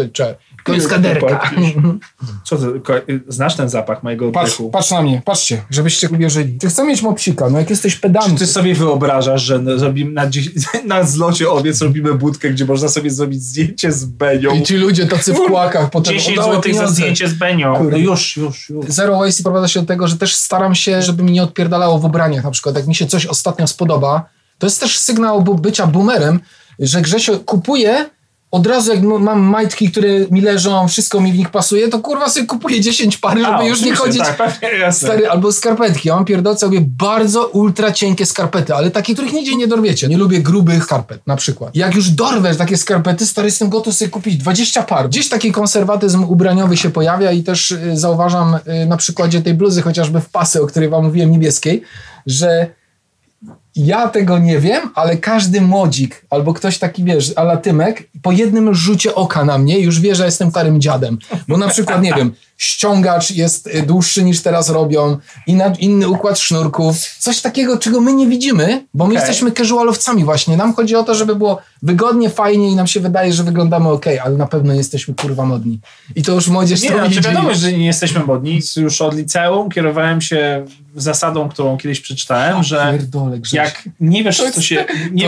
kaderka. Co ty, znasz ten zapach mojego oddechu? Patrz na mnie, patrzcie, żebyście uwierzyli. Czy chcę mieć mopsika? No jak jesteś pedantem. Czy ty sobie wyobrażasz, że zrobimy na zlocie owiec robimy budkę, gdzie można sobie zrobić zdjęcie z Benią? I ci ludzie tacy w kłakach potem 10 oddało złotych za pieniądze. zdjęcie z Benią. Kurde. No już. Zero Waste sprowadza się do tego, że też staram się, żeby mi nie odpierdalało w ubraniach. Na przykład jak mi się coś ostatnio spodoba, to jest też sygnał bycia boomerem, że Grzesio kupuje od razu, jak mam majtki, które mi leżą, wszystko mi w nich pasuje, to kurwa sobie kupuję 10 par, żeby już nie chodzić. Tak, pewnie, jasne. Stary, albo skarpetki. Ja mam pierdolce, lubię bardzo ultra cienkie skarpety, ale takie, których nigdzie nie dorwiecie. Nie lubię grubych skarpet, na przykład. Jak już dorwesz takie skarpety, stary, jestem gotów sobie kupić 20 par. Gdzieś taki konserwatyzm ubraniowy się pojawia i też zauważam na przykładzie tej bluzy, chociażby w pasy, o której wam mówiłem, niebieskiej, że ja tego nie wiem, ale każdy młodzik albo ktoś taki, wiesz, a la Tymek, po jednym rzucie oka na mnie już wie, że jestem starym dziadem. Bo na przykład, nie wiem, ściągacz jest dłuższy niż teraz robią, inny układ sznurków, coś takiego, czego my nie widzimy, bo my jesteśmy casualowcami właśnie. Nam chodzi o to, żeby było wygodnie, fajnie i nam się wydaje, że wyglądamy okej, ale na pewno nie jesteśmy kurwa modni. I to już młodzież Nie, to znaczy widzi. wiadomo, że nie jesteśmy modni. Już od liceum kierowałem się zasadą, którą kiedyś przeczytałem, że Pierdolę, Grześ. jak nie wiesz, co się,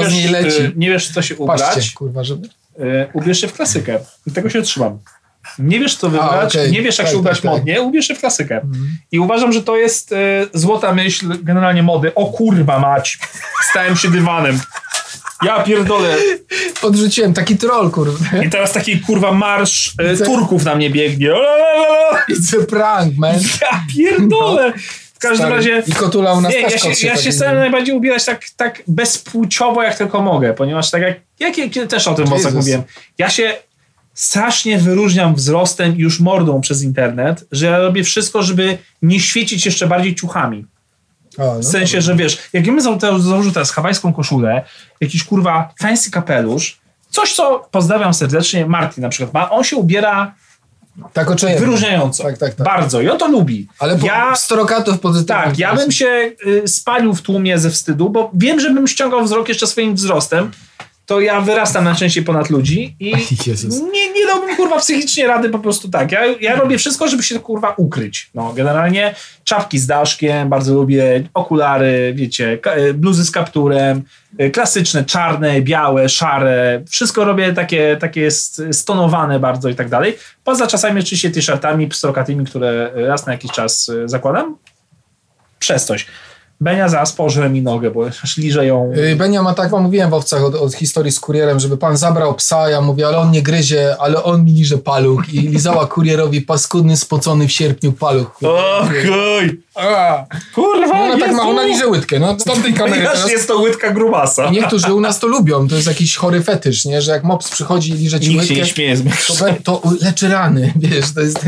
nie wiesz, co się ubrać, Patrzcie, kurwa, żeby... ubierz się w klasykę. I tego się trzymam. Nie wiesz, co wybrać, okej. nie wiesz, jak Tak, się ubrać tak. modnie, ubierz się w klasykę. I uważam, że to jest złota myśl generalnie mody. O kurwa mać, stałem się dywanem. Ja pierdolę. Podrzuciłem taki troll, kurwa. I teraz taki kurwa marsz Turków na mnie biegnie. It's a prank, man. Ja pierdolę. W każdym Stary. razie... I kotula u nas Nie, też ja się staram najbardziej ubierać tak bezpłciowo, jak tylko mogę, ponieważ tak jak też o tym mocno mówiłem, ja się strasznie wyróżniam wzrostem i już mordą przez internet, że ja robię wszystko, żeby nie świecić jeszcze bardziej ciuchami. W sensie, że wiesz, jak ja bym założył teraz hawajską koszulę, jakiś kurwa fancy kapelusz, coś co, pozdrawiam serdecznie, Martin na przykład ma, on się ubiera tak oczojemy. wyróżniająco. Tak. Bardzo. I on to lubi. Ale storokatów pozytywnych. Tak, ja bym się spalił w tłumie ze wstydu, bo wiem, że bym ściągał wzrok jeszcze swoim wzrostem, to ja wyrastam najczęściej ponad ludzi i nie dałbym kurwa psychicznie rady po prostu tak. Ja robię wszystko, żeby się kurwa ukryć. No, generalnie czapki z daszkiem, bardzo lubię, okulary, wiecie, bluzy z kapturem, klasyczne, czarne, białe, szare, wszystko robię takie stonowane bardzo i tak dalej. Poza czasami oczywiście t-shirtami pstrokatymi, które raz na jakiś czas zakładam. Przez coś. Benia zaraz pożre mi nogę, bo aż liżę ją. Benia ma tak, wam mówiłem w owcach od historii z kurierem, żeby pan zabrał psa, ja mówię, ale on nie gryzie, ale on mi liże paluch i lizała kurierowi paskudny, spocony w sierpniu paluch. Okej. Kurwa, Ona tak ma, ona liże łydkę, no z tamtej kamery teraz. Jest to łydka grubasa. I niektórzy u nas to lubią, to jest jakiś chory fetysz, nie, że jak mops przychodzi i liże ci Nikt łydkę, się nie śmieje z mnie. to leczy rany, wiesz, to jest...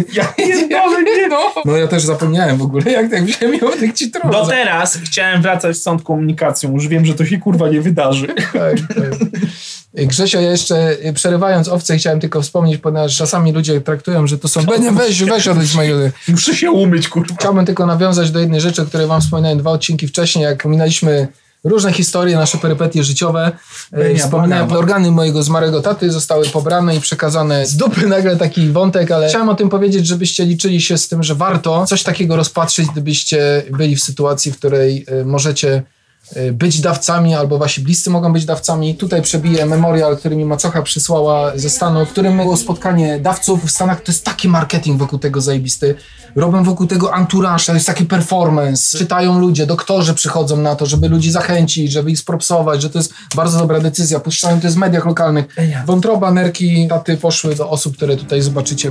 No ja też zapomniałem w ogóle, jak wziąłem ją tych citrów. Do teraz chciałem wracać z tą komunikacją, już wiem, że to się kurwa nie wydarzy. Tak. Grzesio, ja jeszcze przerywając owce chciałem tylko wspomnieć, ponieważ czasami ludzie traktują, że to są... Benia, weź odejść mojego... Muszę się umyć, kurwa. Chciałbym tylko nawiązać do jednej rzeczy, o której wam wspominałem 2 odcinki wcześniej, jak pominaliśmy różne historie, nasze perypetie życiowe. Wspominałem, organy mojego zmarłego taty zostały pobrane i przekazane z dupy, nagle taki wątek, ale chciałem o tym powiedzieć, żebyście liczyli się z tym, że warto coś takiego rozpatrzyć, gdybyście byli w sytuacji, w której możecie być dawcami, albo wasi bliscy mogą być dawcami. Tutaj przebiję memorial, który mi macocha przysłała ze Stanów, w którym było spotkanie dawców w Stanach. To jest taki marketing wokół tego zajebisty. Robią wokół tego entourage, to jest taki performance. Czytają ludzie, doktorzy przychodzą na to, żeby ludzi zachęcić, żeby ich spropsować, że to jest bardzo dobra decyzja. Puszczają to w mediach lokalnych. Wątroba, nerki, taty poszły do osób, które tutaj zobaczycie.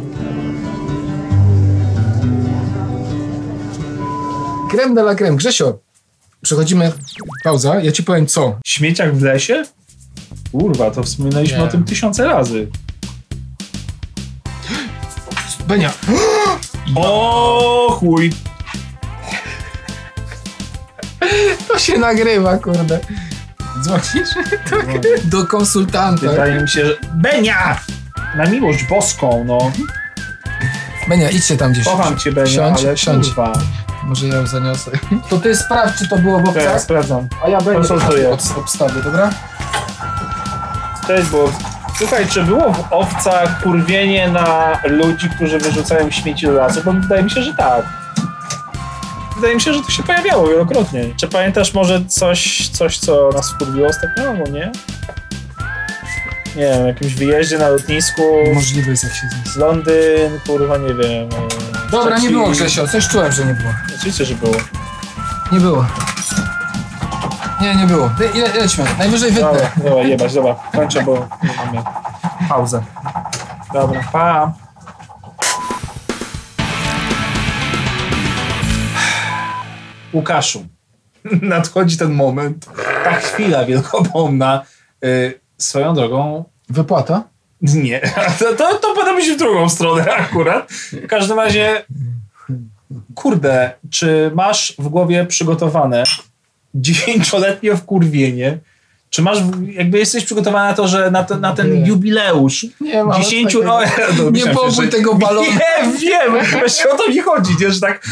Creme de la creme. Grzesio, przechodzimy, pauza, ja ci powiem co. Śmieciach w lesie? Kurwa, to wspominaliśmy o tym 1000 razy. Benia. O chuj! To się nagrywa, kurde. Dzwonisz? Tak. Do konsultanta. Wydaje mi się, że... Benia! Na miłość boską, no. Benia, idźcie tam gdzieś. Kocham cię, Benia, ale siądź. kurwa. Może ja ją zaniosę. To ty sprawdź, czy to było w Ja obcach, sprawdzam. a ja będę konsultuję. obstawy, dobra? Cześć, bo... Słuchaj, czy było w owcach kurwienie na ludzi, którzy wyrzucają śmieci do lasu? Bo wydaje mi się, że tak. Wydaje mi się, że to się pojawiało wielokrotnie. Czy pamiętasz może coś co nas wkurwiło ostatnio, albo nie? Nie wiem, w jakimś wyjeździe na lotnisku. Możliwe jest, jak się zniósł. Londyn, kurwa, nie wiem. Dobra, nie było, Grzesio. Coś czułem, że nie było. Oczywiście, że było. Nie było. Nie było. Lećmy. Najwyżej wytnę. Dobra, jebać, dobra. Kończę, bo mamy pauzę. Dobra, pa. Łukaszu, nadchodzi ten moment, ta chwila wielkopomna. Swoją drogą... Wypłata? Nie, to podamy się w drugą stronę akurat. W każdym razie, kurde, czy masz w głowie przygotowane 9-letnie wkurwienie? Czy masz, jakby jesteś przygotowany na to, że na ten jubileusz Nie mam 10... takiego. Nie popój tego balonu. Nie, wiem, właśnie o to mi chodzi, nie? Że tak,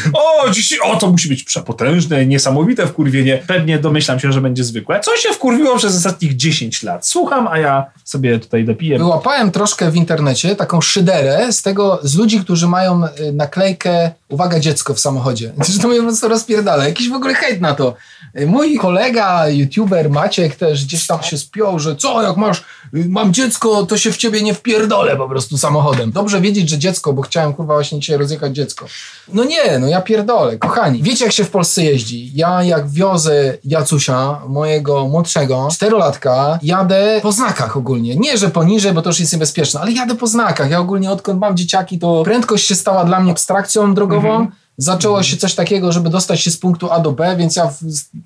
to musi być przepotężne, niesamowite wkurwienie. Pewnie domyślam się, że będzie zwykłe. Co się wkurwiło przez ostatnich 10 lat? Słucham, a ja sobie tutaj dopiję. Wyłapałem troszkę w internecie taką szyderę z ludzi, którzy mają naklejkę "Uwaga, dziecko" w samochodzie. Znaczy, to mnie po prostu rozpierdala. Jakiś w ogóle hejt na to. Mój kolega, youtuber Maciek też gdzieś tam się spiął, że co, jak mam dziecko, to się w ciebie nie wpierdolę po prostu samochodem. Dobrze wiedzieć, że dziecko, bo chciałem kurwa właśnie dzisiaj rozjechać dziecko. No nie, no ja pierdolę, kochani. Wiecie, jak się w Polsce jeździ? Ja jak wiozę Jacusia, mojego młodszego, 4-latka, jadę po znakach ogólnie. Nie, że poniżej, bo to już jest niebezpieczne, ale jadę po znakach. Ja ogólnie odkąd mam dzieciaki, to prędkość się stała dla mnie abstrakcją drogową. Zaczęło się coś takiego, żeby dostać się z punktu A do B, więc ja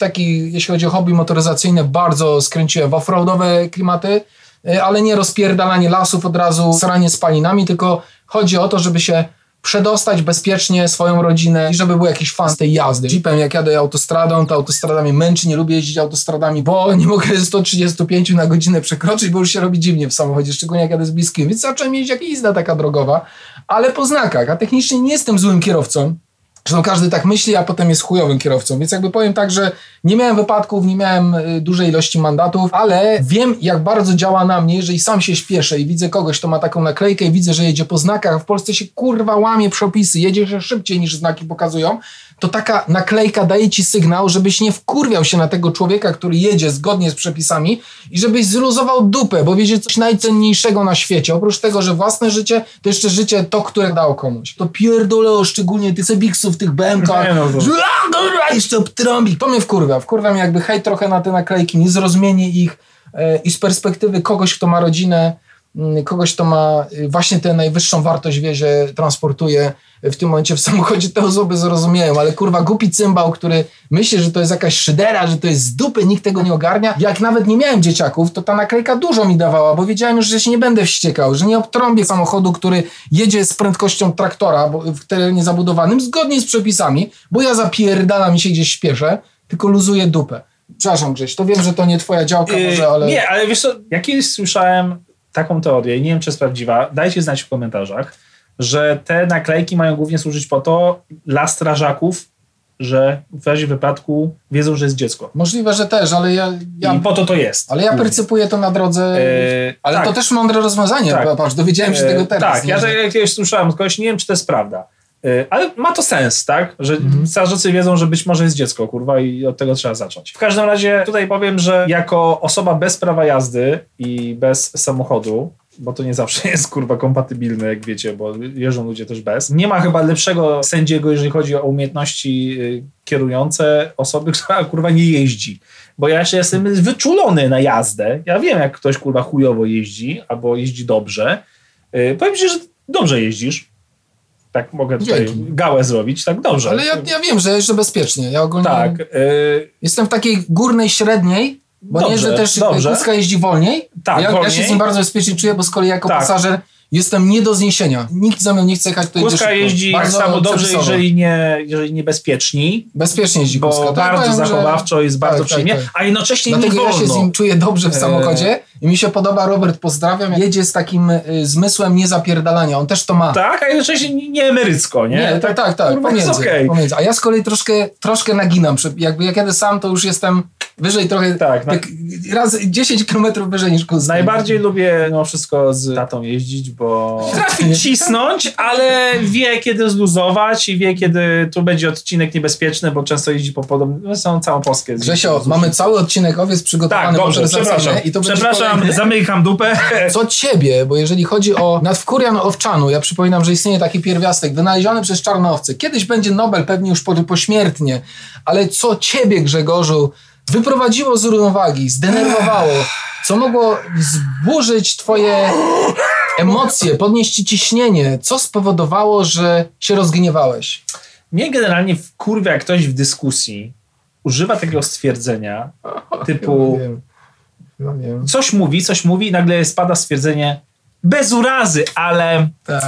jeśli chodzi o hobby motoryzacyjne, bardzo skręciłem w offroadowe klimaty, ale nie rozpierdalanie lasów od razu, saranie spalinami, tylko chodzi o to, żeby się przedostać bezpiecznie swoją rodzinę i żeby był jakiś fan z tej jazdy. Jeepem, jak jadę autostradą, to autostrada mnie męczy, nie lubię jeździć autostradami, bo nie mogę 135 na godzinę przekroczyć, bo już się robi dziwnie w samochodzie, szczególnie jak jadę z bliskim, więc zacząłem jeździć jak jazda taka drogowa, ale po znakach, a technicznie nie jestem złym kierowcą. Zresztą każdy tak myśli, a potem jest chujowym kierowcą. Więc jakby powiem tak, że nie miałem wypadków, nie miałem dużej ilości mandatów, ale wiem, jak bardzo działa na mnie, jeżeli sam się śpieszę i widzę kogoś, kto ma taką naklejkę i widzę, że jedzie po znakach, a w Polsce się kurwa łamie przepisy, jedzie się szybciej niż znaki pokazują, to taka naklejka daje ci sygnał, żebyś nie wkurwiał się na tego człowieka, który jedzie zgodnie z przepisami i żebyś zluzował dupę, bo wiecie coś najcenniejszego na świecie. Oprócz tego, że własne życie, to jeszcze życie to, które dał komuś. To pierdolę, szczególnie tych Cebiksów, tych BMK, że jeszcze obtrąbik. To mnie wkurwia. Wkurwia mnie jakby hejt trochę na te naklejki, niezrozumienie ich i z perspektywy kogoś, kto ma rodzinę, kogoś, kto ma właśnie tę najwyższą wartość wiezie, transportuje w tym momencie w samochodzie, te osoby zrozumieją, ale kurwa głupi cymbał, który myśli, że to jest jakaś szydera, że to jest z dupy, nikt tego nie ogarnia. Jak nawet nie miałem dzieciaków, to ta naklejka dużo mi dawała, bo wiedziałem już, że się nie będę wściekał, że nie obtrąbię samochodu, który jedzie z prędkością traktora w terenie zabudowanym, zgodnie z przepisami, bo ja zapierdalam i się gdzieś śpieszę, tylko luzuję dupę. Przepraszam, Grześ, to wiem, że to nie twoja działka może, ale... Nie, ale wiesz co, ja kiedyś słyszałem taką teorię i nie wiem, czy jest prawdziwa, dajcie znać w komentarzach, że te naklejki mają głównie służyć po to dla strażaków, że w razie wypadku wiedzą, że jest dziecko. Możliwe, że też, ale ja I po to jest. ale ja percypuję to na drodze, ale tak. to też mądre rozwiązanie, patrz, dowiedziałem się tego teraz. Tak, nie, ja że- tak jak kiedyś słyszałem, kogoś nie wiem, czy to jest prawda. Ale ma to sens, tak? Że strażacy wiedzą, że być może jest dziecko, kurwa, i od tego trzeba zacząć. W każdym razie tutaj powiem, że jako osoba bez prawa jazdy i bez samochodu, bo to nie zawsze jest, kurwa, kompatybilne, jak wiecie, bo jeżdżą ludzie też bez. Nie ma chyba lepszego sędziego, jeżeli chodzi o umiejętności kierujące osoby, która, kurwa, nie jeździ. Bo ja jeszcze jestem wyczulony na jazdę. Ja wiem, jak ktoś, kurwa, chujowo jeździ, albo jeździ dobrze. Powiem ci, że dobrze jeździsz. Tak mogę tutaj Dzięki. gałę zrobić, tak dobrze. Ale ja wiem, że jeżdżę bezpiecznie. Ja ogólnie Tak. jestem w takiej górnej średniej, bo nie Dobrze, jeżdżę też, dobrze. Kuska jeździ wolniej. Tak, ja wolniej. się z nim bardzo bezpiecznie czuję, bo z kolei jako Tak. pasażer jestem nie do zniesienia. Nikt za mną nie chce jechać tutaj Kuska szybko. jeździ tak Bardzo samo dobrze, przepisowo. jeżeli nie bezpieczni, Bezpiecznie jeździ bo Kuska. Tak, bardzo powiem, że- zachowawczo jest bardzo przyjemnie, a jednocześnie Dlatego nie ja wolno. się z nim czuję dobrze w samochodzie i mi się podoba, Robert, pozdrawiam, jedzie z takim zmysłem niezapierdalania. On też to ma. Tak, a jednocześnie nie emerycko, nie? Nie, tak, kurwa, jest okej. pomiędzy. A ja z kolei troszkę naginam. Jakby jak jadę sam, to już jestem wyżej trochę, Tak, raz 10 km wyżej niż Kuska. Najbardziej lubię mimo wszystko z tatą jeździć, bo trafi cisnąć, ale wie kiedy zluzować i wie kiedy tu będzie odcinek niebezpieczny, bo często jeździ po podobnym, są całą Polskę. Grzesio, mamy cały odcinek owiec przygotowany. Tak, dobrze, motoryzacyjny przepraszam. I to będzie Przepraszam, kolejny. zamykam dupę. Co ciebie, bo jeżeli chodzi o nadwkórian owczanu, ja przypominam, że istnieje taki pierwiastek wynaleziony przez czarnowce. Kiedyś będzie Nobel, pewnie już pośmiertnie, ale co ciebie, Grzegorzu, wyprowadziło z równowagi, zdenerwowało, co mogło wzburzyć twoje emocje, podnieść ci ciśnienie, co spowodowało, że się rozgniewałeś? Mnie generalnie wkurwia, jak ktoś w dyskusji używa takiego stwierdzenia typu wiem. coś mówi i nagle spada stwierdzenie bez urazy, ale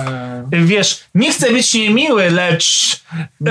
wiesz, nie chcę być niemiły, lecz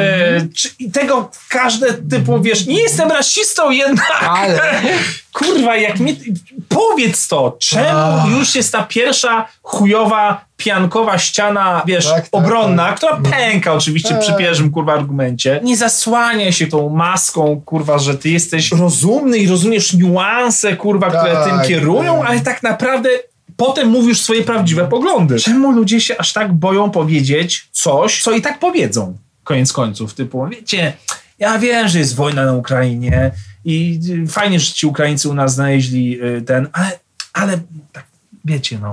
i tego każde typu, wiesz, nie jestem rasistą jednak, Ale kurwa, jak mnie, powiedz to, czemu już jest ta pierwsza chujowa, piankowa ściana, wiesz, Tak, obronna, która pęka oczywiście przy pierwszym, kurwa, argumencie. Nie zasłaniaj się tą maską, kurwa, że ty jesteś rozumny i rozumiesz niuanse, kurwa, które tym kierują, ale tak naprawdę potem mówisz swoje prawdziwe poglądy. Czemu ludzie się aż tak boją powiedzieć coś, co i tak powiedzą? Koniec końców, typu, wiecie, ja wiem, że jest wojna na Ukrainie i fajnie, że ci Ukraińcy u nas znaleźli ale tak, wiecie, no.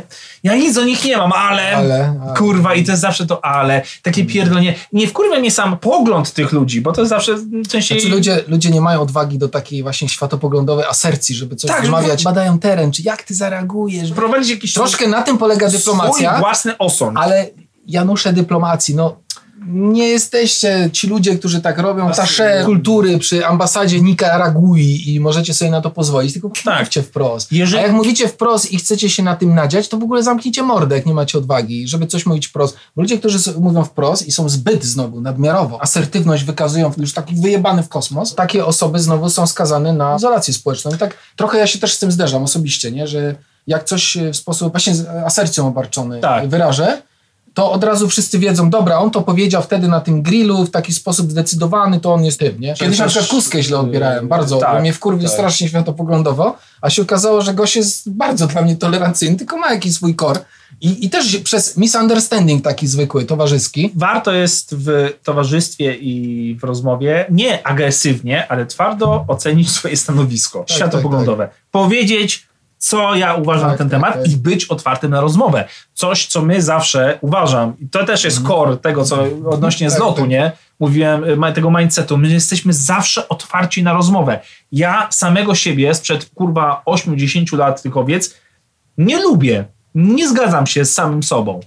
Ja nic o nich nie mam, ale kurwa, i to jest zawsze to ale. Takie pierdolenie. Nie wkurwia mnie sam pogląd tych ludzi, bo to jest zawsze częściej... Znaczy ludzie nie mają odwagi do takiej właśnie światopoglądowej asercji, żeby coś Tak, wymawiać. Badają teren, czy jak ty zareagujesz. prowadzić jakiś Troszkę na tym polega dyplomacja. swój własny osąd. Ale Janusze dyplomacji, nie jesteście ci ludzie, którzy tak robią tasze kultury przy ambasadzie Nikaragui i możecie sobie na to pozwolić, tylko mówcie wprost. A jak mówicie wprost i chcecie się na tym nadziać, to w ogóle zamknijcie mordę, jak nie macie odwagi, żeby coś mówić wprost. Bo ludzie, którzy mówią wprost i są zbyt znowu nadmiarowo, asertywność wykazują już taki wyjebany w kosmos, takie osoby znowu są skazane na izolację społeczną. I tak trochę ja się też z tym zderzam osobiście, nie? Że jak coś w sposób właśnie z asercją obarczony wyrażę, to od razu wszyscy wiedzą, dobra, on to powiedział wtedy na tym grillu w taki sposób zdecydowany, to on jest tym, nie? Kiedyś na przykład Kuskę źle odbierałem, bardzo, bo mnie wkurwił strasznie światopoglądowo, a się okazało, że gość jest bardzo dla mnie tolerancyjny, tylko ma jakiś swój core. I też przez misunderstanding taki zwykły, towarzyski. Warto jest w towarzystwie i w rozmowie nie agresywnie, ale twardo ocenić swoje stanowisko światopoglądowe. Powiedzieć, co ja uważam na ten temat i być otwartym na rozmowę. Coś, co my zawsze uważam. I to też jest core tego, co odnośnie zlotu, nie? Mówiłem, tego mindsetu. My jesteśmy zawsze otwarci na rozmowę. Ja samego siebie sprzed, 8-10 lat tych owiec nie lubię. Nie zgadzam się z samym sobą.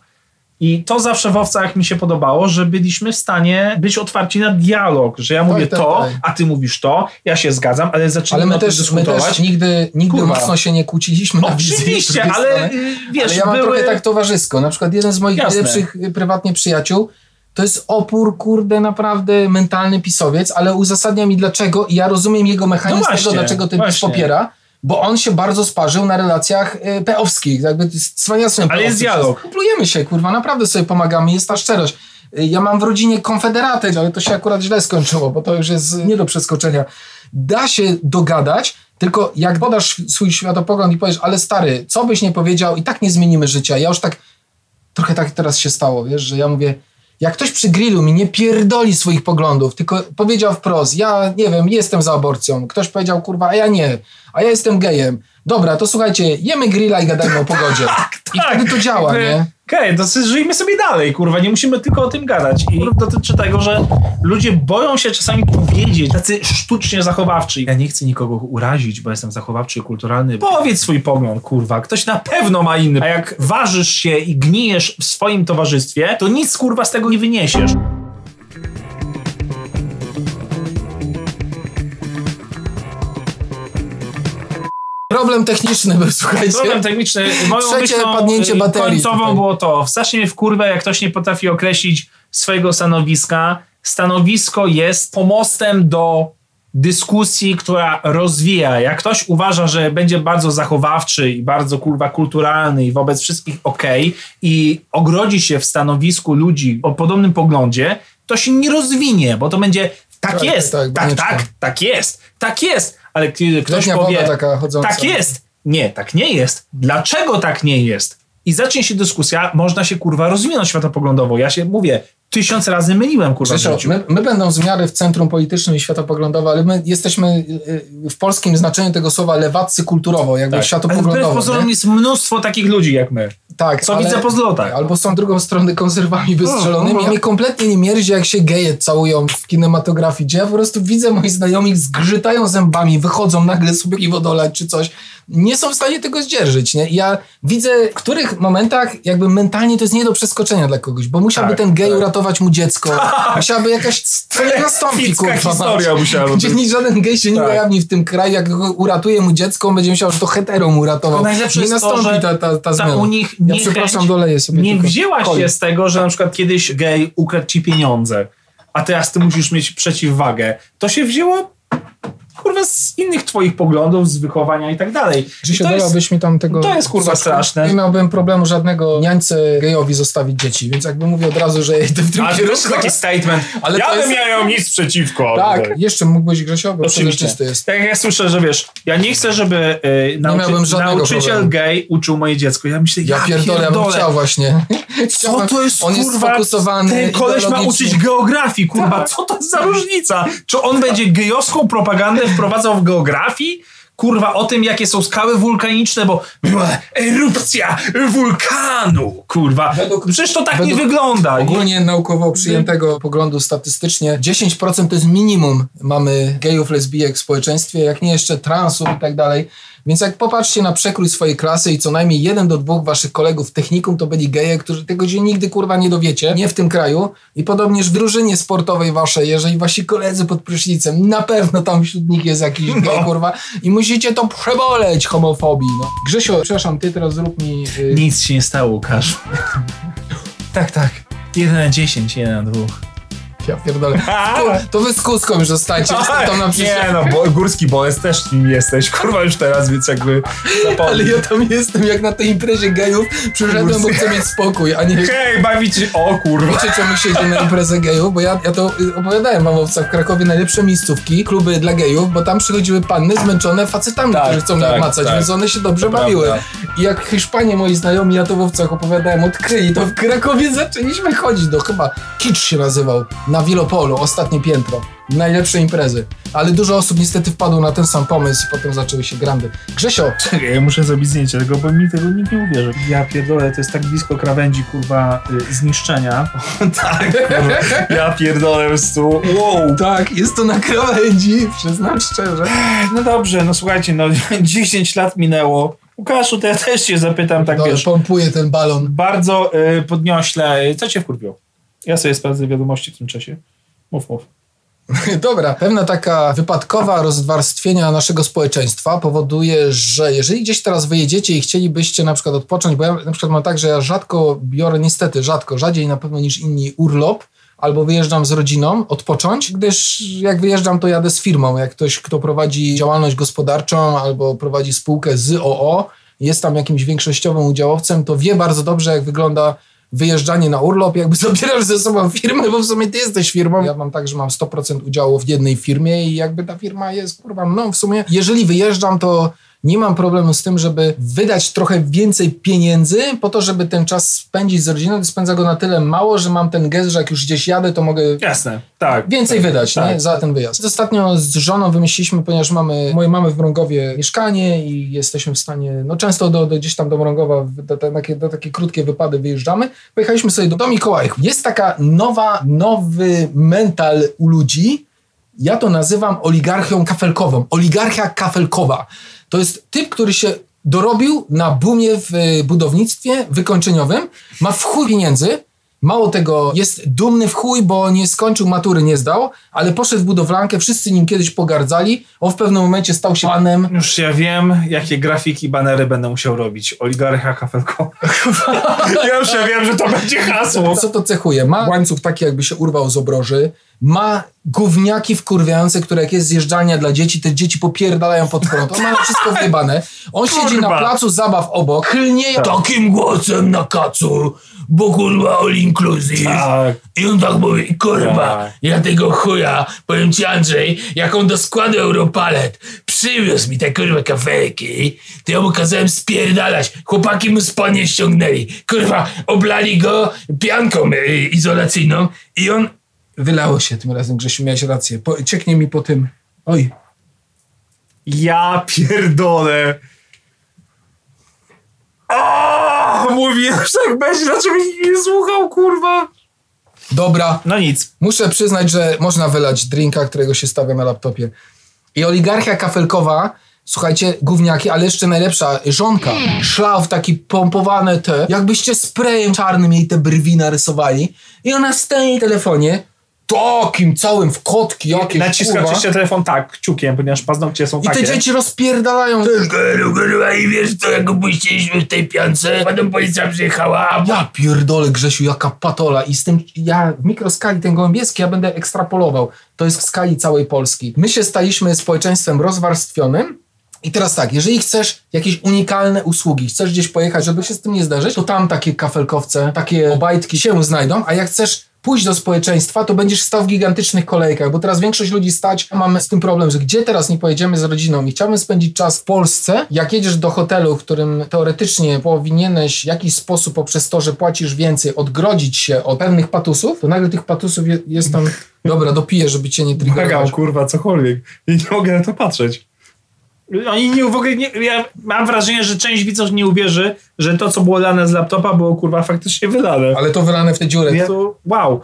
I to zawsze w owcach mi się podobało, że byliśmy w stanie być otwarci na dialog, że ja mówię a ty mówisz to, ja się zgadzam, ale zaczynamy ale my też nigdy mocno się nie kłóciliśmy na wizji. Oczywiście, ale wiesz, ale ja mam trochę tak towarzysko. Na przykład jeden z moich najlepszych prywatnie przyjaciół to jest opór, naprawdę mentalny pisowiec, ale uzasadnia mi dlaczego i ja rozumiem jego mechanizm tego, dlaczego ten PiS popiera. Bo on się bardzo sparzył na relacjach peowskich, jakby cwaniactwem. Ale jest dialog. Kuplujemy się, naprawdę sobie pomagamy, jest ta szczerość. Ja mam w rodzinie konfederatę, ale to się akurat źle skończyło, bo to już jest nie do przeskoczenia. Da się dogadać, tylko jak podasz swój światopogląd i powiesz, ale stary, co byś nie powiedział, i tak nie zmienimy życia. Ja już tak, trochę tak teraz się stało, wiesz, że ja mówię, jak ktoś przy grillu mi nie pierdoli swoich poglądów, tylko powiedział wprost, ja nie wiem, jestem za aborcją. Ktoś powiedział, kurwa, a ja nie, a ja jestem gejem. Dobra, to słuchajcie, jemy grilla i gadajmy o pogodzie. I wtedy to działa, nie? Okej, to żyjmy sobie dalej, kurwa, nie musimy tylko o tym gadać. I dotyczy tego, że ludzie boją się czasami powiedzieć, tacy sztucznie zachowawczy. Ja nie chcę nikogo urazić, bo jestem zachowawczy i kulturalny. Powiedz swój pogląd, kurwa, ktoś na pewno ma inny. A jak ważysz się i gnijesz w swoim towarzystwie, to nic, kurwa, z tego nie wyniesiesz. Problem techniczny był, słuchajcie. Problem techniczny. Moją Trzecie myślą padnięcie baterii końcową tutaj. było to. Strasznie mnie wkurwia, jak ktoś nie potrafi określić swojego stanowiska. Stanowisko jest pomostem do dyskusji, która rozwija. Jak ktoś uważa, że będzie bardzo zachowawczy i bardzo, kurwa, kulturalny i wobec wszystkich okej, i ogrodzi się w stanowisku ludzi o podobnym poglądzie, to się nie rozwinie, bo to będzie tak jest, tak jest. Ale kiedy ktoś Letnia powie, woda taka chodząca. tak jest, nie, tak nie jest. Dlaczego tak nie jest? I zacznie się dyskusja, można się, kurwa, rozwinąć światopoglądowo. Ja się mówię, 1000 razy myliłem, kurwa, w Grzesio, życiu. my będą zmiary w centrum politycznym i światopoglądowe, ale my jesteśmy w polskim znaczeniu tego słowa lewaccy kulturowo, jakby Ale wbrew światopoglądowo. pozorom nie? jest mnóstwo takich ludzi jak my. Tak, Co widzę po zlotach. Albo są drugą stronę konserwami wystrzelonymi. Mnie kompletnie nie mierzi, jak się geje całują w kinematografii, gdzie ja po prostu widzę moich znajomych zgrzytają zębami, wychodzą nagle sobie piwo dolać czy coś. Nie są w stanie tego zdzierżyć, nie? I ja widzę, w których momentach jakby mentalnie to jest nie do przeskoczenia dla kogoś, bo musiałby ten gej uratować mu dziecko. Musiałaby jakaś... To nie nastąpi, Epicka kurwa. historia musiała Gdzie być. żaden gej się nie ujawni w tym kraju, jak go uratuje mu dziecko, on będzie myślał, że to hetero mu uratował. To najlepsze nie jest nastąpi to, że ta zmiana. u nich Ja niechęć przepraszam, doleję sobie nie tylko wzięła coli. się z tego, że na przykład kiedyś gej ukradł ci pieniądze, a teraz ty musisz mieć przeciwwagę. To się wzięło, kurwa, z innych twoich poglądów, z wychowania i tak dalej. Grzesiu, I to jest- dodałbyś mi tam tego... to jest, kurwa, soczku. straszne. Nie miałbym problemu żadnego niańce gejowi zostawić dzieci, więc jakby mówię od razu, że jedę w tym Ale kierunku. to taki statement. Ale ja to bym jest- nie miał nic przeciwko. Tak, jeszcze mógłbyś, Grzesio, bo Oczywiście. przezroczysty jest. Tak jak ja słyszę, że wiesz, ja nie chcę, żeby miałbym żadnego nauczyciel problemu. gej uczył moje dziecko. Ja myślę, Ja pierdolę, ja bym chciał właśnie. Co to jest, On kurwa, jest sfokusowany ten koleś ma ideologicznie. uczyć geografii, kurwa, Tak. co to jest za różnica? Czy on będzie gejowską propagandę wprowadzał w geografii? Kurwa, o tym, jakie są skały wulkaniczne, bo była erupcja wulkanu, kurwa. Przecież to tak nie wygląda. Ogólnie naukowo przyjętego poglądu statystycznie 10% to jest minimum mamy gejów, lesbijek w społeczeństwie, jak nie jeszcze transów i tak dalej. Więc jak popatrzcie na przekrój swojej klasy i co najmniej 1 do 2 waszych kolegów w technikum to byli geje, którzy tego się nigdy, kurwa, nie dowiecie, nie w tym kraju. I podobnież w drużynie sportowej waszej, jeżeli wasi koledzy pod prysznicem, na pewno tam wśród nich jest jakiś gej, kurwa, i musicie to przeboleć homofobii, no. Grzesio, przepraszam, ty teraz zrób mi... Nic się nie stało, Łukasz. tak. 1 na 10, 1 na 2. Ja pierdolę. To wy z Kuską już zostańcie, jestem tam na przyszłość. Nie no, Górski Bolec też nim jesteś, kurwa, już teraz, więc jakby... Ale ja tam jestem jak na tej imprezie gejów, przyszedłem, bo chcę mieć spokój, a nie... Hej, bawić się... O kurwa. Wiecie, czemu się idzie na imprezę gejów? Bo ja to opowiadałem wam w Krakowie, najlepsze miejscówki, kluby dla gejów, bo tam przychodziły panny zmęczone facetami, którzy chcą mnie macać, więc one się dobrze bawiły. I jak Hiszpanie, moi znajomi, ja to w Owcach opowiadałem, odkryli, to w Krakowie zaczęliśmy chodzić do chyba Kicz się nazywał, na Wilopolu, ostatnie piętro. Najlepsze imprezy. Ale dużo osób niestety wpadło na ten sam pomysł i potem zaczęły się grandy. Grzesio! Czekaj, ja muszę zrobić zdjęcie tego, bo mi tego nikt nie uwierzy. Ja pierdolę, to jest tak blisko krawędzi, kurwa, zniszczenia. Tak, kurwa. Ja pierdolę, po prostu, wow. Tak, jest to na krawędzi, przyznam szczerze. No dobrze, no słuchajcie, no 10 lat minęło. Łukaszu, to ja też cię zapytam, tak No, wiesz, pompuję ten balon. bardzo podniośle. Co cię wkurwiło? Ja sobie sprawdzę wiadomości w tym czasie. Mów. Dobra, pewna taka wypadkowa rozwarstwienia naszego społeczeństwa powoduje, że jeżeli gdzieś teraz wyjedziecie i chcielibyście na przykład odpocząć, bo ja na przykład mam tak, że ja rzadko biorę, niestety rzadziej na pewno niż inni urlop, albo wyjeżdżam z rodziną odpocząć, gdyż jak wyjeżdżam, to jadę z firmą. Jak ktoś, kto prowadzi działalność gospodarczą albo prowadzi spółkę z OO, jest tam jakimś większościowym udziałowcem, to wie bardzo dobrze, jak wygląda wyjeżdżanie na urlop, jakby zabierasz ze sobą firmę, bo w sumie ty jesteś firmą. Ja mam tak, że mam 100% udziału w jednej firmie i jakby ta firma jest, kurwa, no w sumie, jeżeli wyjeżdżam, to nie mam problemu z tym, żeby wydać trochę więcej pieniędzy po to, żeby ten czas spędzić z rodziną. Spędza go na tyle mało, że mam ten gest, że jak już gdzieś jadę, to mogę Jasne, tak. więcej wydać nie? Za ten wyjazd. Ostatnio z żoną wymyśliliśmy, ponieważ moje mamy w Mrągowie mieszkanie i jesteśmy w stanie, no często gdzieś tam do Mrągowa, do takie krótkie wypady wyjeżdżamy. Pojechaliśmy sobie do Mikołajów. Jest taka nowy mental u ludzi. Ja to nazywam oligarchią kafelkową. Oligarchia kafelkowa. To jest typ, który się dorobił na boomie w budownictwie wykończeniowym, ma w chuj pieniędzy, mało tego, jest dumny w chuj, bo nie skończył matury, nie zdał, ale poszedł w budowlankę, wszyscy nim kiedyś pogardzali, on w pewnym momencie stał się panem. Już ja wiem, jakie grafiki, banery będę musiał robić. Oligarcha kafelkowa. Ja już wiem, że to będzie hasło. Co to cechuje? Ma łańcuch taki, jakby się urwał z obroży, ma gówniaki wkurwiające, które jak jest zjeżdżalnia dla dzieci, te dzieci popierdalają pod prąd. On ma wszystko wyjebane. On siedzi na placu zabaw obok, klnie takim głosem na kacu, bo kurwa all inclusive. Tak. I on tak mówi, kurwa, Tak. ja tego chuja, powiem ci Andrzej, jak on do składu Europalet przywiózł mi te kurwa kafelki, to ja mu kazałem spierdalać. Chłopaki mu spodnie ściągnęli. Kurwa, oblali go pianką izolacyjną i on... Wylało się tym razem, Grzesiu, miałeś rację. Cieknie mi po tym. Oj. Ja pierdolę. Mówiłem, że tak będzie, dlaczego nikt nie słuchał, kurwa? Dobra. No nic. Muszę przyznać, że można wylać drinka, którego się stawia na laptopie. I oligarchia kafelkowa, słuchajcie, gówniaki, ale jeszcze najlepsza, żonka, szlauf taki pompowane te, jakbyście sprayem czarnym jej te brwi narysowali i ona stoi w telefonie, takim całym w kotki jakieś, Naciska kurwa. oczywiście telefon tak, kciukiem, ponieważ paznokcie są I takie. te dzieci rozpierdalają. Kurwa, i wiesz co, jak opuściliśmy w tej piance, potem policja przyjechała. Ja pierdolę, Grzesiu, jaka patola. I z tym, ja w mikroskali ten gołębieski, ja będę ekstrapolował. To jest w skali całej Polski. My się staliśmy społeczeństwem rozwarstwionym. I teraz tak, jeżeli chcesz jakieś unikalne usługi, chcesz gdzieś pojechać, żeby się z tym nie zdarzyć, to tam takie kafelkowce, takie obajtki się znajdą, a jak chcesz pójść do społeczeństwa, to będziesz stał w gigantycznych kolejkach, bo teraz większość ludzi stać, mamy z tym problem, że gdzie teraz nie pojedziemy z rodziną i chciałbym spędzić czas w Polsce, jak jedziesz do hotelu, w którym teoretycznie powinieneś w jakiś sposób poprzez to, że płacisz więcej, odgrodzić się od pewnych patusów, to nagle tych patusów jest tam, dobra, dopiję, żeby cię nie Błagam, triggerować. kurwa, cokolwiek. I nie mogę na to patrzeć. Oni nie, w ogóle nie, ja mam wrażenie, że część widzów nie uwierzy, że to, co było lane z laptopa, było kurwa faktycznie wylane. Ale to wylane w tę dziurę. Ja to, wow.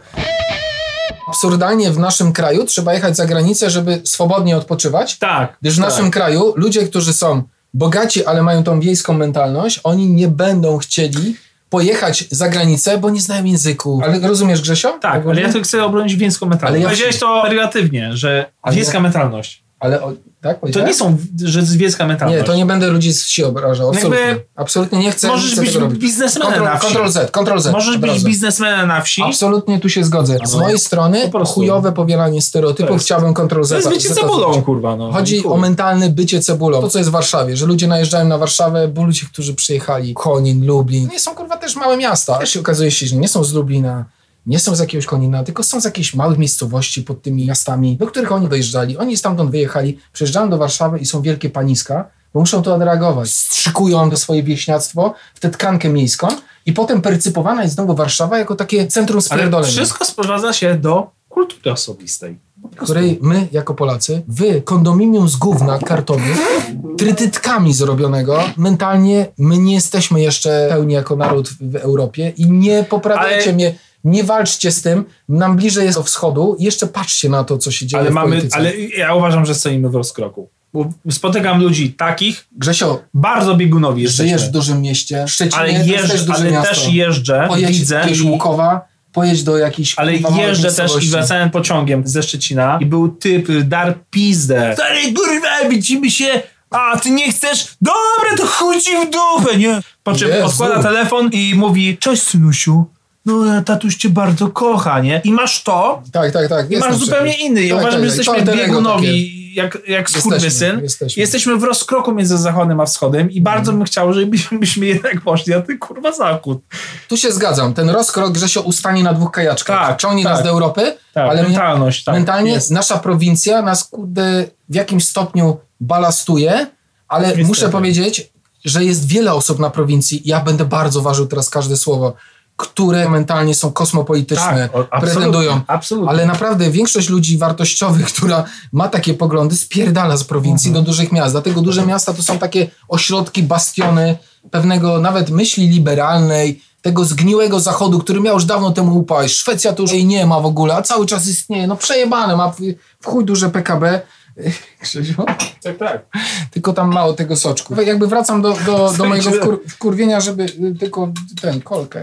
Absurdalnie w naszym kraju trzeba jechać za granicę, żeby swobodnie odpoczywać. Tak. Gdyż w naszym kraju ludzie, którzy są bogaci, ale mają tą wiejską mentalność, oni nie będą chcieli pojechać za granicę, bo nie znają języku. Ale rozumiesz, Grzesio? Tak, ale ja tu chcę obronić wiejską mentalność. Ale ja- Powiedziałeś to relatywnie, że Ale wiejska ja- mentalność. Ale tak To powiedziałem? nie są, że jest wiejska mentalność. Nie, to nie będę ludzi z wsi obrażał. Absolutnie. Jakby Absolutnie nie chcę. Możesz nie chcę być tego robić. biznesmenem na wsi. Ctrl Z. Możesz od być razu. biznesmenem na wsi. Absolutnie tu się zgodzę. Z No. mojej strony Po prostu. chujowe powielanie To stereotypów. jest- Chciałbym Ctrl Z. To jest bycie cebulą, kurwa. No. Chodzi o mentalne bycie cebulą. To, co jest w Warszawie, że ludzie najeżdżają na Warszawę, bo ludzie, którzy przyjechali, Konin, Lublin, nie są kurwa też małe miasta. Też się okazuje się, że nie są z Lublina, nie są z jakiegoś Konina, tylko są z jakichś małych miejscowości pod tymi miastami, do których oni dojeżdżali. Oni stamtąd wyjechali, przyjeżdżają do Warszawy i są wielkie paniska, bo muszą to odreagować. Strzykują to swoje wieśniactwo w tę tkankę miejską i potem percypowana jest znowu Warszawa jako takie centrum Ale spierdolenia. wszystko sprowadza się do kultury osobistej. Której my, jako Polacy, wy, kondominium z gówna, kartonu, trytytkami zrobionego, mentalnie my nie jesteśmy jeszcze pełni jako naród w Europie i nie poprawiajcie Ale- mnie, nie walczcie z tym, nam bliżej jest do wschodu i jeszcze patrzcie na to, co się dzieje Ale w polityce. ale ja uważam, że stoimy w rozkroku. Bo spotykam ludzi takich, Grzesio, bardzo biegunowi żyjesz w jesteśmy. dużym mieście, Szczecinie Ale, to jest też duże ale miasto. też jeżdżę, Pojedź widzę. gdzieś Łukowa, pojedź do jakichś Ale kurwa, małych jeżdżę też i miejscowości. wracałem pociągiem ze Szczecina i był typ, dar pizdę. Stary, kurwa, widzimy się, a ty nie chcesz? Dobra, to chuj ci w dupę, nie? Po czym Jezu. odkłada telefon i mówi, cześć synusiu, no tatuś cię bardzo kocha, nie? I masz to, Tak. i masz zupełnie inny. I uważam, że jesteśmy biegunowi jak skurwysyn. Jesteśmy w rozkroku między Zachodem a Wschodem i bardzo bym chciał, żebyśmy jednak poszli na ten kurwa Zachód. Tu się zgadzam. Ten rozkrok, Grzesio ustanie na 2 kajaczkach. Tak, ciągnie nas do Europy, ale mentalność, mentalnie jest. nasza prowincja nas kurde w jakimś stopniu balastuje, ale Niestety. muszę powiedzieć, że jest wiele osób na prowincji, ja będę bardzo ważył teraz każde słowo, które mentalnie są kosmopolityczne, pretendują. Absolutnie. Ale naprawdę większość ludzi wartościowych, która ma takie poglądy, spierdala z prowincji do dużych miast. Dlatego duże miasta to są takie ośrodki, bastiony pewnego nawet myśli liberalnej, tego zgniłego zachodu, który miał już dawno temu upaść. Szwecja to już jej nie ma w ogóle, a cały czas istnieje. No przejebane, ma w chuj duże PKB. Krzysiu? Tak. Tylko tam mało tego soczku. Jakby wracam do mojego wkurwienia, żeby tylko kolkę.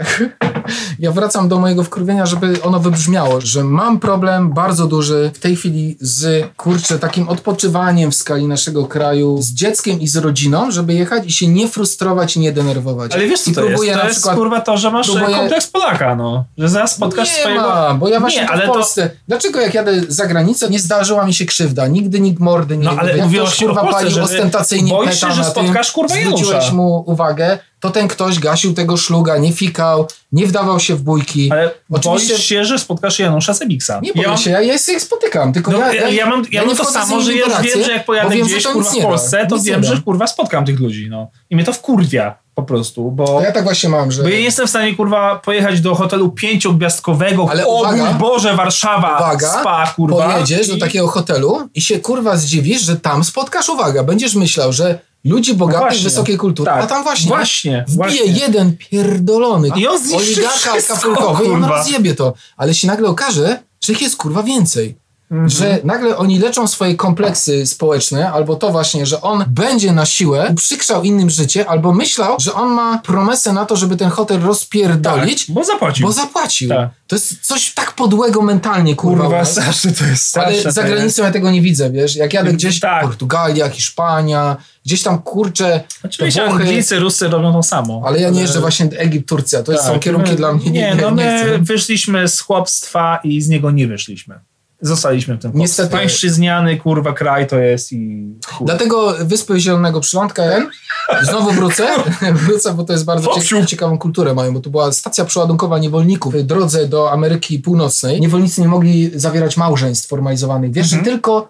Ja wracam do mojego wkurwienia, żeby ono wybrzmiało, że mam problem bardzo duży w tej chwili z, takim odpoczywaniem w skali naszego kraju, z dzieckiem i z rodziną, żeby jechać i się nie frustrować i nie denerwować. Ale wiesz co to jest? To jest kurwa to, że masz kompleks Polaka, no. Że zaraz spotkasz swojego... bo ja właśnie w Polsce... Dlaczego jak jadę za granicę, nie zdarzyła mi się krzywda? Nigdy nikt mordy nie... ale mówię o kurwa palił ostentacyjnie boisz się, że spotkasz kurwa Janusza. Zwróciłeś mu uwagę, to ten ktoś gasił tego szluga, nie fikał, nie wdawał się w bójki. Ale boisz się, że spotkasz Janusza Sebiksa. Nie boję się, ja ich spotykam. Tylko ja mam to samo, że już wiem, że jak pojadę gdzieś kurwa w Polsce, to wiem, że kurwa spotkam tych ludzi. No. I mnie to wkurwia po prostu, bo... Ja tak właśnie mam, że... Bo ja nie jestem w stanie kurwa pojechać do hotelu 5-gwiazdkowego, ale o mój Boże, Warszawa, spa kurwa. Pojedziesz do takiego hotelu i się kurwa zdziwisz, że tam spotkasz, będziesz myślał, że ludzi bogatych, wysokiej kultury, a tam właśnie wbije jeden pierdolony oligarcha kafelkowy i on rozjebie to. Ale się nagle okaże, że ich jest kurwa więcej. Że nagle oni leczą swoje kompleksy społeczne, albo to właśnie, że on będzie na siłę uprzykrzał innym życie, albo myślał, że on ma promesę na to, żeby ten hotel rozpierdolić, bo zapłacił. Tak. To jest coś tak podłego mentalnie, kurwa. straszne to jest straszne. Ale za granicą ja tego nie widzę, wiesz, jak jadę gdzieś Portugalia, Hiszpania, gdzieś tam oczywiście Anglicy, Ruscy robią to samo. Ale ja nie jeżdżę właśnie Egipt, Turcja, to są kierunki dla mnie. My wyszliśmy z chłopstwa i z niego nie wyszliśmy. Zostaliśmy w tym niestety pańszczyzniany kurwa kraj to jest i... Dlatego Wyspy Zielonego Przylądka znowu wrócę, bo to jest bardzo ciekawą kulturę mają, bo to była stacja przeładunkowa niewolników w drodze do Ameryki Północnej. Niewolnicy nie mogli zawierać małżeństw formalizowanych. Wiesz, że tylko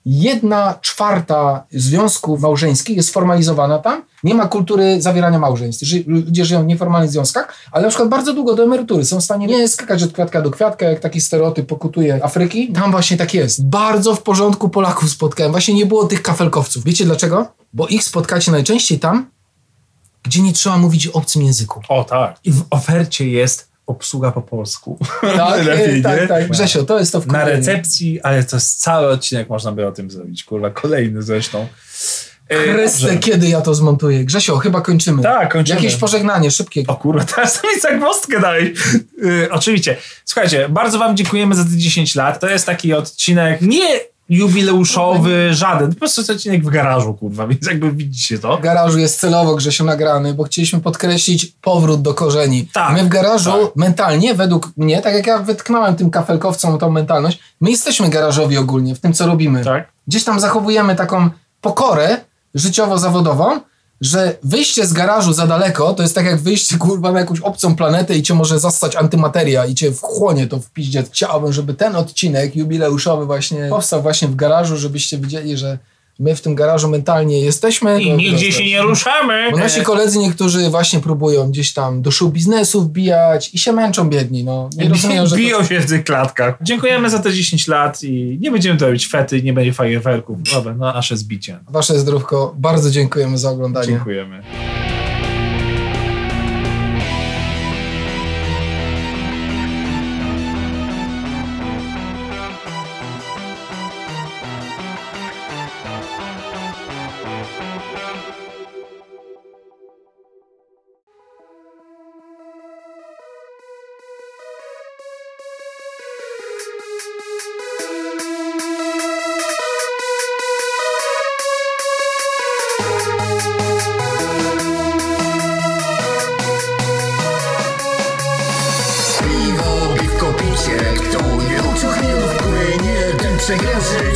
1/4 związków małżeńskich jest sformalizowana tam. Nie ma kultury zawierania małżeństw. Ludzie żyją w nieformalnych związkach, ale na przykład bardzo długo do emerytury są w stanie nie skakać od kwiatka do kwiatka, jak taki stereotyp pokutuje Afryki. Tam właśnie tak jest. Bardzo w porządku Polaków spotkałem. Właśnie nie było tych kafelkowców. Wiecie dlaczego? Bo ich spotkacie najczęściej tam, gdzie nie trzeba mówić w obcym języku. O tak. I w ofercie jest obsługa po polsku. Tak. Grzesio, to jest to na recepcji, ale to jest cały odcinek, można by o tym zrobić. Kurwa, kolejny zresztą. Chryste, kiedy ja to zmontuję? Grzesio, chyba kończymy. Tak, kończymy. Jakieś pożegnanie, szybkie. O kurwa, teraz mi zagwozdkę daj. Oczywiście. Słuchajcie, bardzo wam dziękujemy za te 10 lat. To jest taki odcinek nie jubileuszowy, żaden. Po prostu odcinek w garażu, kurwa, więc jakby widzicie to. W garażu jest celowo, Grzesio, nagrany, bo chcieliśmy podkreślić powrót do korzeni. Tak, my w garażu mentalnie, według mnie, tak jak ja wytknąłem tym kafelkowcom tą mentalność, my jesteśmy garażowi ogólnie w tym, co robimy. Tak. Gdzieś tam zachowujemy taką pokorę życiowo-zawodową, że wyjście z garażu za daleko to jest tak jak wyjście kurwa na jakąś obcą planetę i cię może zastać antymateria i cię wchłonie to w piździe. Chciałbym, żeby ten odcinek jubileuszowy właśnie powstał właśnie w garażu, żebyście widzieli, że my w tym garażu mentalnie jesteśmy. I nigdzie się nie ruszamy. Bo nasi koledzy niektórzy właśnie próbują gdzieś tam do show biznesu wbijać i się męczą biedni. No. Nie rozumieją, że biją się w tych klatkach. Dziękujemy za te 10 lat i nie będziemy tu robić fety, nie będzie fajerwerków. Dobra, no nasze zbicie. Wasze zdrówko. Bardzo dziękujemy za oglądanie. Dziękujemy.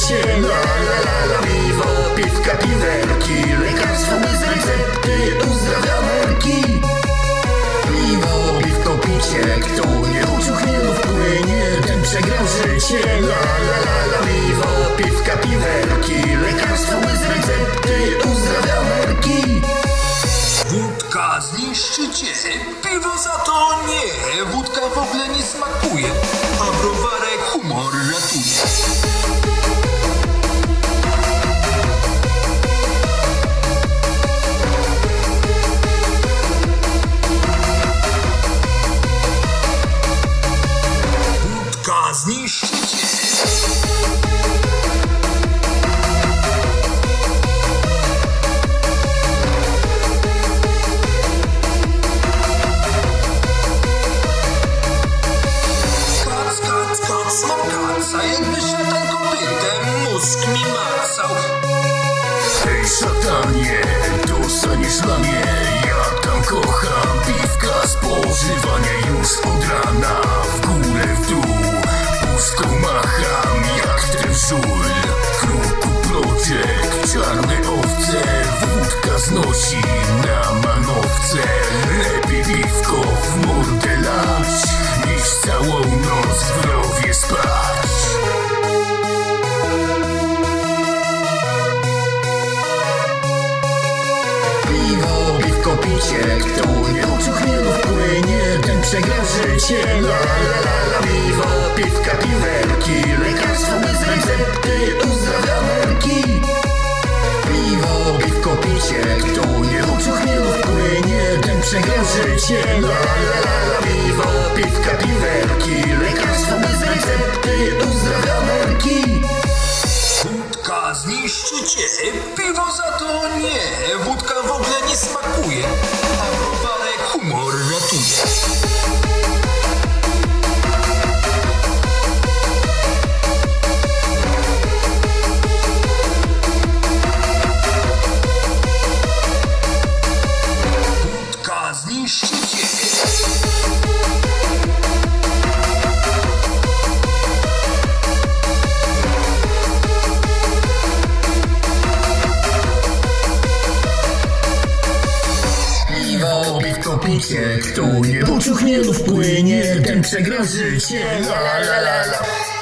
życie. La la la la, piwo, piwka, piwerki, lekarstwo bez recepty, uzdrawia nerki. Piwo, piwko, picie, kto nie uczył chmielu w płynie, ten przegrał życie. La la la la, piwo, piwka, piwerki, lekarstwo bez recepty, uzdrawia nerki. Wódka zniszczy cię, piwo za to nie. Wódka w ogóle nie smakuje, a browarek humor ratuje. Wódka zniszczy cię. Kaca, jakby szatan kopytem mózg mi macał. Hej szatanie, dostaniesz na mnie. Ja tam kocham piwka, spożywanie już od rana. W górę, w dół, puszką macham jak ten żul. Kruku Project, czarne owce, wódka znosi na manowce. Lepiej piwko w mordę lać, niż całą noc w rowie spać. Piwo, piwko, picie, kto nie uczył chmielu w płynie, ten przegrał życie. La la la la, piwo, piwka, piwerki, lekarstwo bez recepty, uzdrawia nerki. Piwo, piwko, picie, kto nie uczył chmielu w płynie, ten przegrał życie. La la la la, piwo, piwka, piwerki, lekarstwo bez recepty, uzdrawia nerki. Wódka zniszczy cię, piwo za to nie. Wódka w ogóle nie smakuje, a browarek humor ratuje. Wódka zniszczy cię. Piwo, piwko, picie, kto nie uczył chmielu w płynie, ten przegrał życie. La la la la.